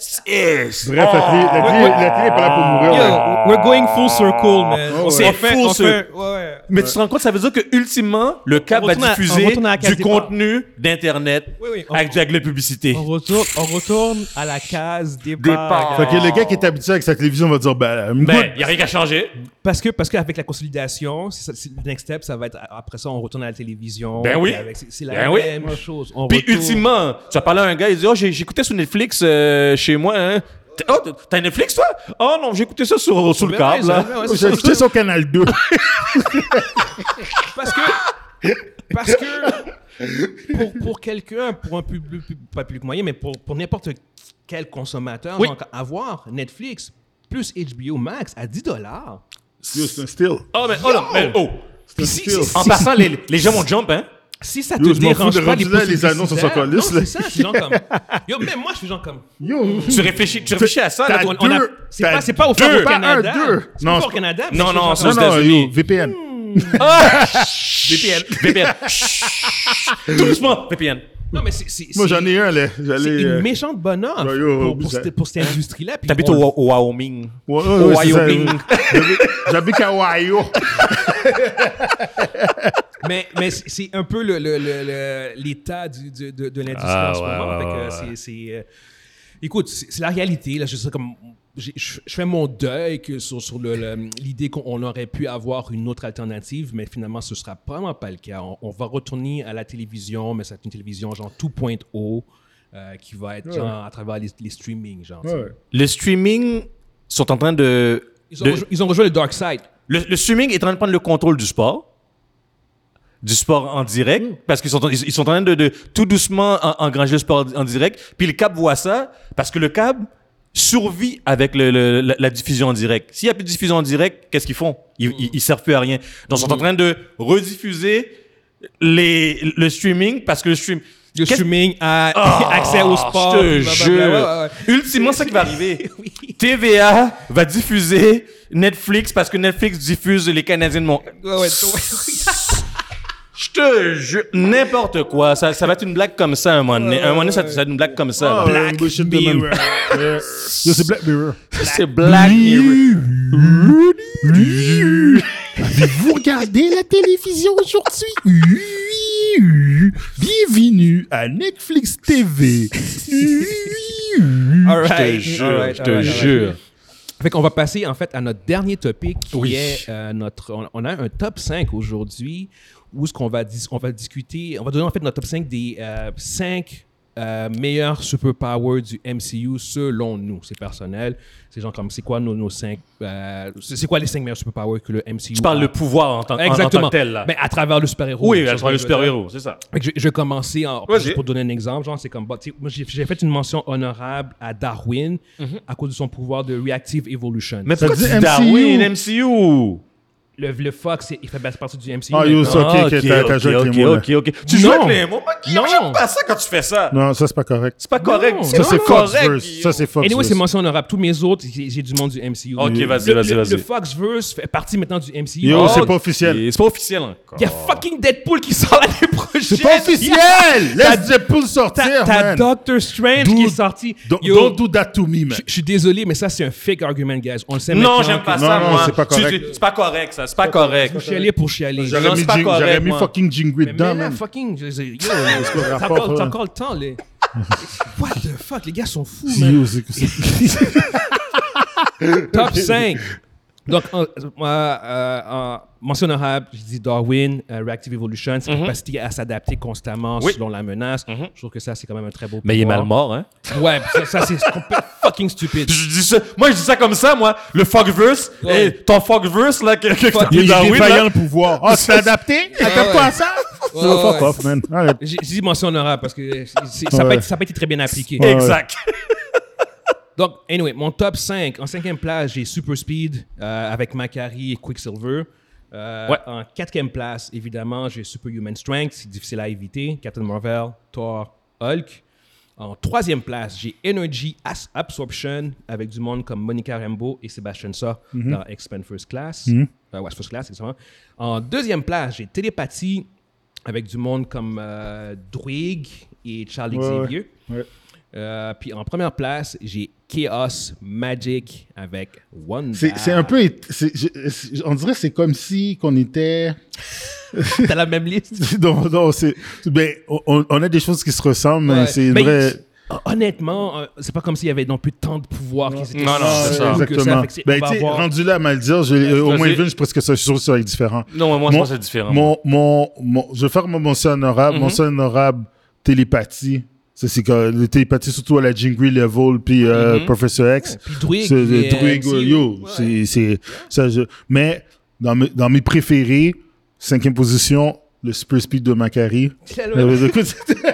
Yes. Bref, la télé, la télé, la télé est pas là pour mourir. Yo, là. we're going full circle, man. Oh, on ouais. on fait, Full on circle. fait, ouais, ouais. Mais tu te rends compte, ça veut dire que ultimement, le câble On va retourne à- on diffuser retourne à la case du départ. contenu d'internet Oui, oui, on- avec, avec de la publicité. On retourne, on retourne à la case départ. Départ. Fait que le gars qui est habitué avec sa télévision va dire, ben, Ben, écoute, il n'y a rien qu'à changer. Parce que, parce qu'avec la consolidation, c'est ça- c'est le next step, ça va être après ça, on retourne à la télévision. Ben oui. Puis avec- C'est c'est la Ben oui. même chose. On Puis retourne- ultimement, tu vas parler à un gars, il dit, oh, j'ai- j'écoutais sur Netflix euh, chez moi, hein. T'as- Oh, t'as Netflix, toi? Oh non, j'ai écouté ça sur, sur le câble, là. Ouais, ouais, c'est J'ai ça. écouté sur Canal deux. Parce que, parce que pour, pour quelqu'un, pour un public, pas public moyen, mais pour, pour n'importe quel consommateur, Oui. donc avoir Netflix plus H B O Max à dix dollars. Yo, c'est un steal. Oh, mais, oh, non, mais, oh. C'est un Si- steal. si- En passant, les, les gens vont jump, hein? Si ça te Yo, je m'en fous dérange de pas, les rendu là, pauses les annonces, on s'en publicitaires, calisse, non, là. c'est ça, je suis genre comme... Yo, même moi, je suis genre comme... Yo, Tu réfléchis, tu réfléchis à ça, là? T'as On- on a- deux, C'est t'as pas, c'est pas au, deux, au pas Canada. un, deux. C'est Non, pas c'est au Canada. mais Non, c'est non, genre c'est non, aux comme- non, États-Unis. yo, V P N. V P N. V P N. Tout doucement, V P N. Non, mais c'est... c'est- Moi, c'est- j'en ai un, là. C'est J'allais. une euh, méchante bonne offre Ouais, yo, pour, pour, ça- cette, pour cette industrie-là. puis T'habites on- au, au Wyoming. Ouais, ouais, ouais, c'est ça. Wyoming. J'habite- J'habite à Ohio. Mais, mais c'est c'est un peu le- le- le- le- l'état du- du- de, de l'industrie Ah, en ce ouais, moment. ouais, Fait que ouais, c'est- ouais. c'est, euh, écoute, c'est c'est la réalité. Là, je, sais comme, j'ai- je, je fais mon deuil que sur, sur le- le- l'idée qu'on aurait pu avoir une autre alternative, mais finalement, ce ne sera vraiment pas le cas. On, on va retourner à la télévision, mais c'est une télévision genre deux point zéro euh, qui va être genre, à travers les, les streamings. Genre, tu sais. Ouais. Le streaming sont en train de... Ils, ont de- rejoint, ils ont rejoint le dark side. le, le streaming est en train de prendre le contrôle du sport. Du sport en direct. Parce qu'ils sont, ils, ils sont en train de, de tout doucement en- engranger le sport en direct. Puis le câble voit ça parce que le câble survit avec le, le- la, la diffusion en direct. S'il n'y a plus de diffusion en direct, qu'est-ce qu'ils font? Ils, ils, ils servent plus à rien. Donc, ils sont en train de rediffuser les, le streaming parce que le stream... Le Qu'est-ce- streaming a Ah, accès au sport. Je te blablabla. jure. Ouais, ouais, ouais. Ultimement, c'est ça qui va arriver. Oui. T V A va diffuser Netflix parce que Netflix diffuse les Canadiens de mon... Ouais, ouais, ouais. Je te jure, n'importe quoi. Ça, ça va être une blague comme ça un moment donné. Un moment donné, ça, ça va être une blague comme ça. Ah, là. ouais, bullshit de même. Mirror. Ouais. Yo, c'est Black Mirror. C'est Black Mirror. Avez-vous regardé la télévision aujourd'hui? Bienvenue à Netflix T V. All Je te right. jure, All right, je te all right, all right. jure. Fait qu'on va passer en fait à notre dernier topic qui Oui. est euh, notre. On, on a un top cinq aujourd'hui où ce qu'on va dis- on va discuter, on va donner en fait notre top cinq des euh, cinq euh, meilleurs superpowers du M C U selon nous. C'est personnel. C'est genre comme c'est quoi nos, nos cinq. euh, c'est c'est quoi les cinq meilleurs superpowers que le M C U Tu parles a? le pouvoir en tant, en- en Exactement. tant que tel, là. Mais à travers le super-héros. Oui, C'est à ça travers le que je veux dire. super-héros, c'est ça. Fait que je, je vais commencer en, Vas-y. juste pour donner un exemple. Genre, c'est comme, bah, tu sais, moi, j'ai j'ai fait une mention honorable à Darwin à cause de son pouvoir de Reactive Evolution. Mais Ça pourquoi dit tu dis M C U? Darwin, M C U? Le, le Fox, c'est- il fait partie du M C U. Ah, yo, maintenant. ça, ok, ok, t'as- t'as joué avec ok, les mots, là. ok, ok. Tu joues Non. avec les mots? Moi, Non. j'aime pas ça quand tu fais ça. Non, ça, c'est pas correct. C'est pas correct. Non. Ça, pas c'est correct, Foxverse. Guillaume. Ça, c'est Anyway, c'est Foxverse. mention honorable. Tous mes autres, j'ai j'ai du monde du M C U. Ok, Le- vas-y, le- vas-y, le- vas-y. Le Foxverse fait partie maintenant du M C U. Yo, Oh, c'est pas officiel. Et C'est pas officiel encore. il y a fucking Deadpool qui sort l'année prochaine. C'est pas officiel! Laisse Deadpool sortir, T'as t'as man. Doctor Strange qui Dude, est sorti. Don't, Yo, don't do that to me, man. je je suis désolé, mais ça, c'est un fake argument, guys. On le sait Non, maintenant j'aime que- pas Non, ça, non, moi. c'est pas Tu- correct. tu- C'est pas correct, ça. C'est pas correct. Vous chialez pour chialer. Non, J'aurais mis, c'est pas Jing- correct, j'aurais mis moi. fucking Jingui Mais, dedans, mais là, man. fucking, je- je- yo, quoi, t'as rapport, encore, t'as là? encore le temps, les. What the fuck, les gars sont fous, man. Yo, c'est- c'est- Top cinq. Donc, en, moi, euh, en mention honorable, j'ai dit Darwin, euh, Reactive Evolution, sa capacité à s'adapter constamment Oui. selon la menace. Je trouve que ça, c'est quand même un très beau Mais il est pouvoir. mal mort, hein. Ouais, ça, ça, c'est complètement fucking stupide. Je dis ça, moi, je dis ça comme ça, moi. Le Fogverse, Ouais. hey, ton Fogverse, là, que, que, que t'as Il mis est Darwin, défaillant là. le pouvoir. Ah, tu t'es adapté? Adapte-toi à ça? Ouais, So, fuck ouais. off, man. Arrête. J'ai j'ai dit mention honorable parce que c'est- c'est- ça n'a Ouais. pas, été- ça a pas été très bien appliqué. Ouais. Exact. Donc, anyway, mon top cinq. En cinquième place, j'ai Super Speed euh, avec Macari et Quicksilver. Euh, Ouais. En quatrième place, évidemment, j'ai Superhuman Strength. C'est difficile à éviter. Captain Marvel, Thor, Hulk. En troisième place, j'ai Energy As Absorption avec du monde comme Monica Rambeau et Sebastian Shaw dans X-Men First Class. Euh, ouais, First Class, exactement. En deuxième place, j'ai Télépathie avec du monde comme euh, Druig et Charles Ouais, ouais. Xavier. Ouais. Euh, puis en première place, j'ai Chaos Magic avec Wanda. C'est c'est un peu. c'est- je- c'est- On dirait que c'est comme si qu'on était. T'as la même liste? non, non, c'est. Ben, on, on a des choses qui se ressemblent, mais Ouais. c'est une Mais vraie. Honnêtement, euh, c'est pas comme s'il y avait non plus tant de pouvoir qui étaient Non, non, si c'est cool ça. que Exactement. Fait que c'est- Ben, on va tu sais, avoir- rendu là à mal dire, j'ai- euh, au Vas-y. moins vingt, je suis presque sûr que ça va être différent. Non, mais moi, je Mon- pense que c'est différent. Mon, mon, mon, je vais faire mon mention honorable. Mhm. Mention honorable, télépathie. Ça, c'est quand le télépathie, surtout à la Jean Grey level, puis euh, Mhm. Professor X. Puis Druig, C'est puis, euh, Druig, M C U. yo. Ouais. C'est, c'est, ça, je- mais dans mes, dans mes préférés, cinquième position, le Super Speed de Macari. Euh, écoute,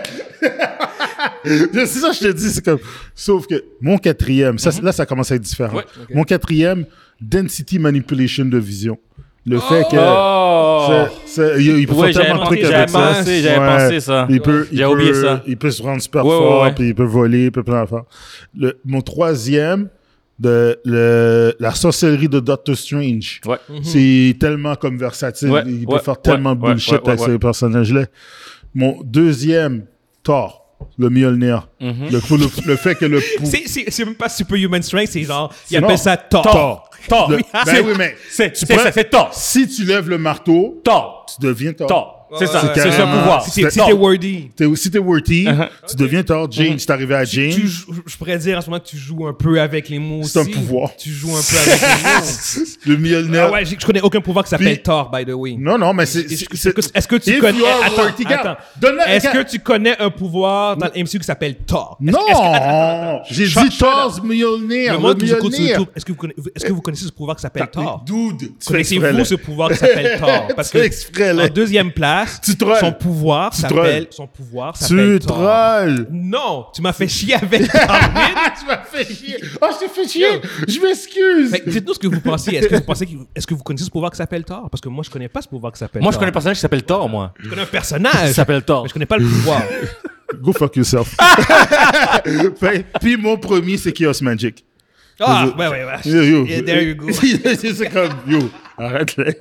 c'est ça que je te dis, c'est comme. Sauf que mon quatrième, ça, là, ça commence à être différent. Ouais. Ok. Mon quatrième, Density Manipulation de Vision. Le fait que. Oh! ça- ça- il, il peut Ouais, faire j'avais tellement de trucs pensé, avec j'avais ça. pensé, j'avais Ouais. pensé ça. Il peut, il J'ai peut- oublié ça. Il peut se rendre super Ouais, ouais, fort, ouais. puis il peut voler, il peut plein d'affaires. Le- Mon troisième, de, le, la sorcellerie de Doctor Strange. Ouais. C'est tellement comme versatile. Ouais, il peut ouais, faire tellement ouais, de bullshit ouais, ouais, avec ouais. ces personnages-là. Mon deuxième, Thor, le Mjolnir. Mhm. le, le, le fait que le... pou- C'est, c'est, c'est même pas Superhuman Strength, c'est genre, ils Non. appellent ça Thor. Thor. Thor. le- Oui. ben C'est- oui, mais C'est tu c'est prends- ça, c'est Thor. si tu lèves le marteau, Thor. tu deviens Thor. Thor. C'est ça, Ouais, c'est ce carrément. pouvoir. Si t'es, si Thor. t'es worthy. T'es, si t'es worthy, Uh-huh. tu deviens Thor. Jane, c'est arrivé à Jane. Tu joues- je pourrais dire en ce moment que tu joues un peu avec les mots C'est un aussi. pouvoir. Tu joues un peu avec les mots. Le Mjolnir. Ah ouais, j'ai- je connais aucun pouvoir qui s'appelle Puis- Thor, by the way. Non, non, mais c'est... Est-ce c'est- que, c'est- est-ce que tu If connais... you are Attends, worthy, regarde, attends. donne-la- Est-ce que regarde. tu connais un pouvoir dans le M C U qui s'appelle Thor? Est-ce- Non! est-ce que- attends, attends, attends. J'ai Shut- dit shut Thor's up. Mjolnir. Le Le monde qui nous écoute sur Mjolnir. YouTube, est-ce que vous connaissez, est-ce que vous connaissez ce pouvoir qui s'appelle Thor? Dude, tu fais exprès, Connaissez-vous là. ce pouvoir qui s'appelle Thor? Parce Tu fais que exprès, là. en deuxième place, Tu trolles. son pouvoir Tu s'appelle trolles. son pouvoir s'appelle Tu Thor. trolles. Non, tu m'as fait chier avec Darwin. Tu m'as fait chier. Oh, je t'ai fait chier. Je m'excuse. Fait que dites-nous ce que vous pensiez. Est-ce que vous pensez que, est-ce que vous connaissez ce pouvoir qui s'appelle Thor? Parce que moi, je connais pas ce pouvoir qui s'appelle Moi, Thor. je connais un personnage qui s'appelle Thor, moi. Je connais un personnage. Il s'appelle Thor. Mais je connais pas le pouvoir. Go fuck yourself. Fait, puis mon premier, c'est Chaos Magic. Ah, ouais, ouais, ouais. Yo, yo. Yeah, there you go. C'est comme, yo, arrête là.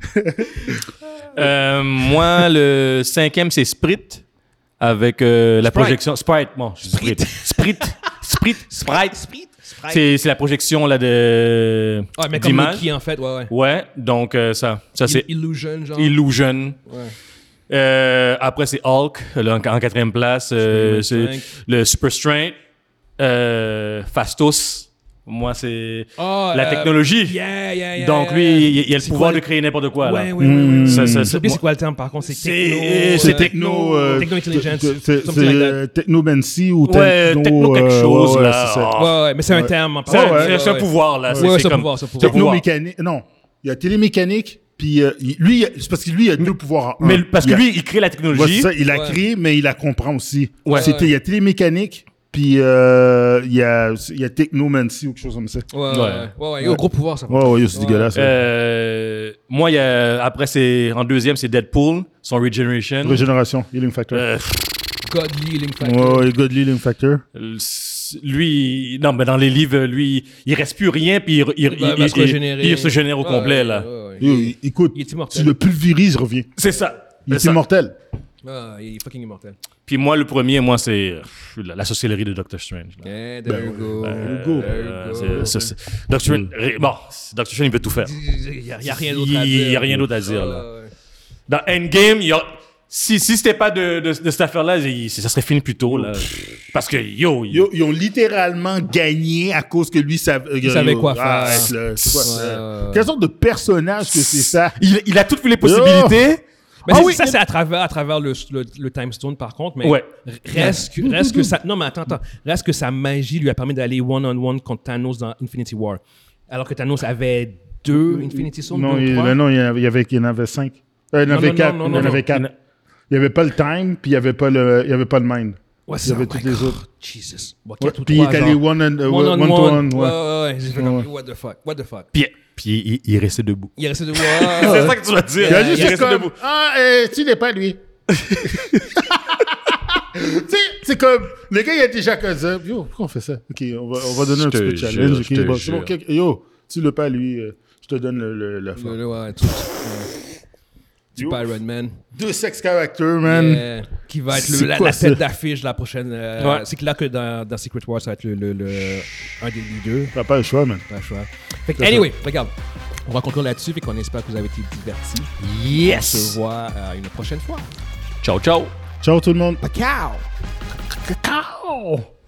Euh, moi, le cinquième, c'est Sprite. Avec euh, la Sprite. projection. Sprite, bon, je dis Sprite. Sprite. Sprite. Sprite. Sprite. C'est c'est la projection là, de. Ah, mais comme le d'image. qui, en fait, ouais, ouais. Ouais, donc euh, ça. Ça, c'est Illusion, genre. Illusion. Ouais. Euh, après, c'est Hulk, là, en, en quatrième place. Euh, Superman c'est Strength. le Super Strength. Euh, Fastos. Moi, c'est Ah, la euh, technologie. Yeah, yeah, yeah. Donc, yeah, lui, yeah. il, il a le C'est pouvoir quoi de créer n'importe quoi. Ouais, là. ouais, ouais, ouais. Ça, ça, Je ça- sais plus moi- c'est quoi le terme, par contre. C'est C'est- techno. c'est euh, techno, euh, Techno intelligence. t- t- something like that. C'est technomancy ou Ouais, techno quelque euh, chose, ouais, là. c'est ça. Oh. Ouais, ouais, mais c'est un Ouais. terme. en C'est parlant. un- ouais, c'est un ouais. pouvoir, là. Ouais, ouais, c'est un comme- pouvoir, c'est un c'est un pouvoir. pouvoir. Technomécanique. Non. Il y a télémécanique, puis euh, il- lui, il y a- c'est parce que lui, il y a deux pouvoirs en un. Mais parce que Il y a- lui, il crée la Ouais, c'est technologie. ça, il la Ouais. crée, mais il la comprend aussi. Ouais. C'était- Il y a télémécanique, puis euh, il y a, il y a technomancy ou quelque chose comme ça. Ouais, ouais, Ouais. ouais. ouais, ouais. Yo, gros pouvoir, ça. Ouais, ouais, c'est Ouais. dégueulasse. ouais. Euh, moi, il y a, après, c'est en deuxième, c'est Deadpool, son Regeneration. Régénération, healing factor. Euh, Godly Link ouais, Factor. ouais, Godly healing factor. lui, non, mais dans les livres, lui, il reste plus rien, puis il, il, Il va- il- va se il- régénérer. il se génère au Ouais, complet, ouais, là. ouais, ouais. Yo, Il- écoute, il est tu immortel. le pulvérises, il revient. C'est ça. Il C'est est ça. immortel. Ah, il est fucking immortel. Puis moi, le premier, moi, c'est euh, la, la sorcellerie de Doctor Strange. là. Yeah, there you go. Euh, go. There you euh, go. c'est- c'est- c'est- Doctor Strange, ré- bon, Doctor Strange, il peut tout faire. Il n'y a, il y a rien d'autre à dire. Il n'y a rien d'autre à dire, là. Ouais, ouais. Dans Endgame, il y a... si, si c'était pas de, de, de cette affaire-là, il- ça serait fini plus tôt, là. Parce que, yo, il- Yo, ils ont littéralement gagné à cause que lui sav- euh, savait yo, quoi faire. arrête, là, c'est quoi Ouais, ça? ouais, ouais. Quelle sorte de personnage que c'est ça? il, il a toutes les possibilités. Mais Ah c'est- oui, ça, il- c'est à travers, à travers le, le, le Time Stone, par contre. Mais Ouais. reste, que, reste que ça. Non, mais attends, attends. Reste que sa magie lui a permis d'aller one-on-one contre Thanos dans Infinity War. Alors que Thanos avait deux Infinity Stones. Non, deux ou il, trois. non, il y avait, il y avait, il y en avait cinq. Euh, il y en Non, avait non, quatre. non, il y non, en non, avait non. quatre. Il n'y avait pas le time, puis il n'y avait pas le, il y avait pas le mind. Ouais, il y avait ça, toutes ouais, les oh, autres. Jesus. Bon, Ouais, quatre ou puis il trois, est allé genre. one, and, uh, One on one, to one. one. Ouais, Ouais. ouais, ouais. J'ai fait comme, Ouais. what the fuck, what the fuck. Puis, puis il, il est resté debout. Il est resté de. C'est Ouais, ça que tu vas dire. Il a Euh, juste il est fait resté comme, debout. ah, euh, tu n'es pas lui. Tu sais, c'est comme, le gars, il a déjà comme ça. Yo, pourquoi on fait ça? Ok, on va, on va donner un Je petit peu de te challenge. jure, ok, je te bon, c'est bon, jure. ok, yo, tu l'as pas lui, euh, je te donne le, le, la Le- fin. le- ouais, tout. Ouais. Du Yo. Pirate Man. Deux sex characters, man. Yeah. Qui va être le- C'est la, quoi la ça? tête d'affiche la prochaine. euh, Ouais. C'est clair que dans, dans Secret Wars, ça va être le, le, le- un des leaders. T'as pas le choix, man. Pas le choix. Fait que, C'est anyway, regarde. On va conclure là-dessus. Fait qu'on espère que vous avez été divertis. On se Yes! voit euh, une prochaine fois. Ciao, ciao! Ciao tout le monde. Ciao! Cacao.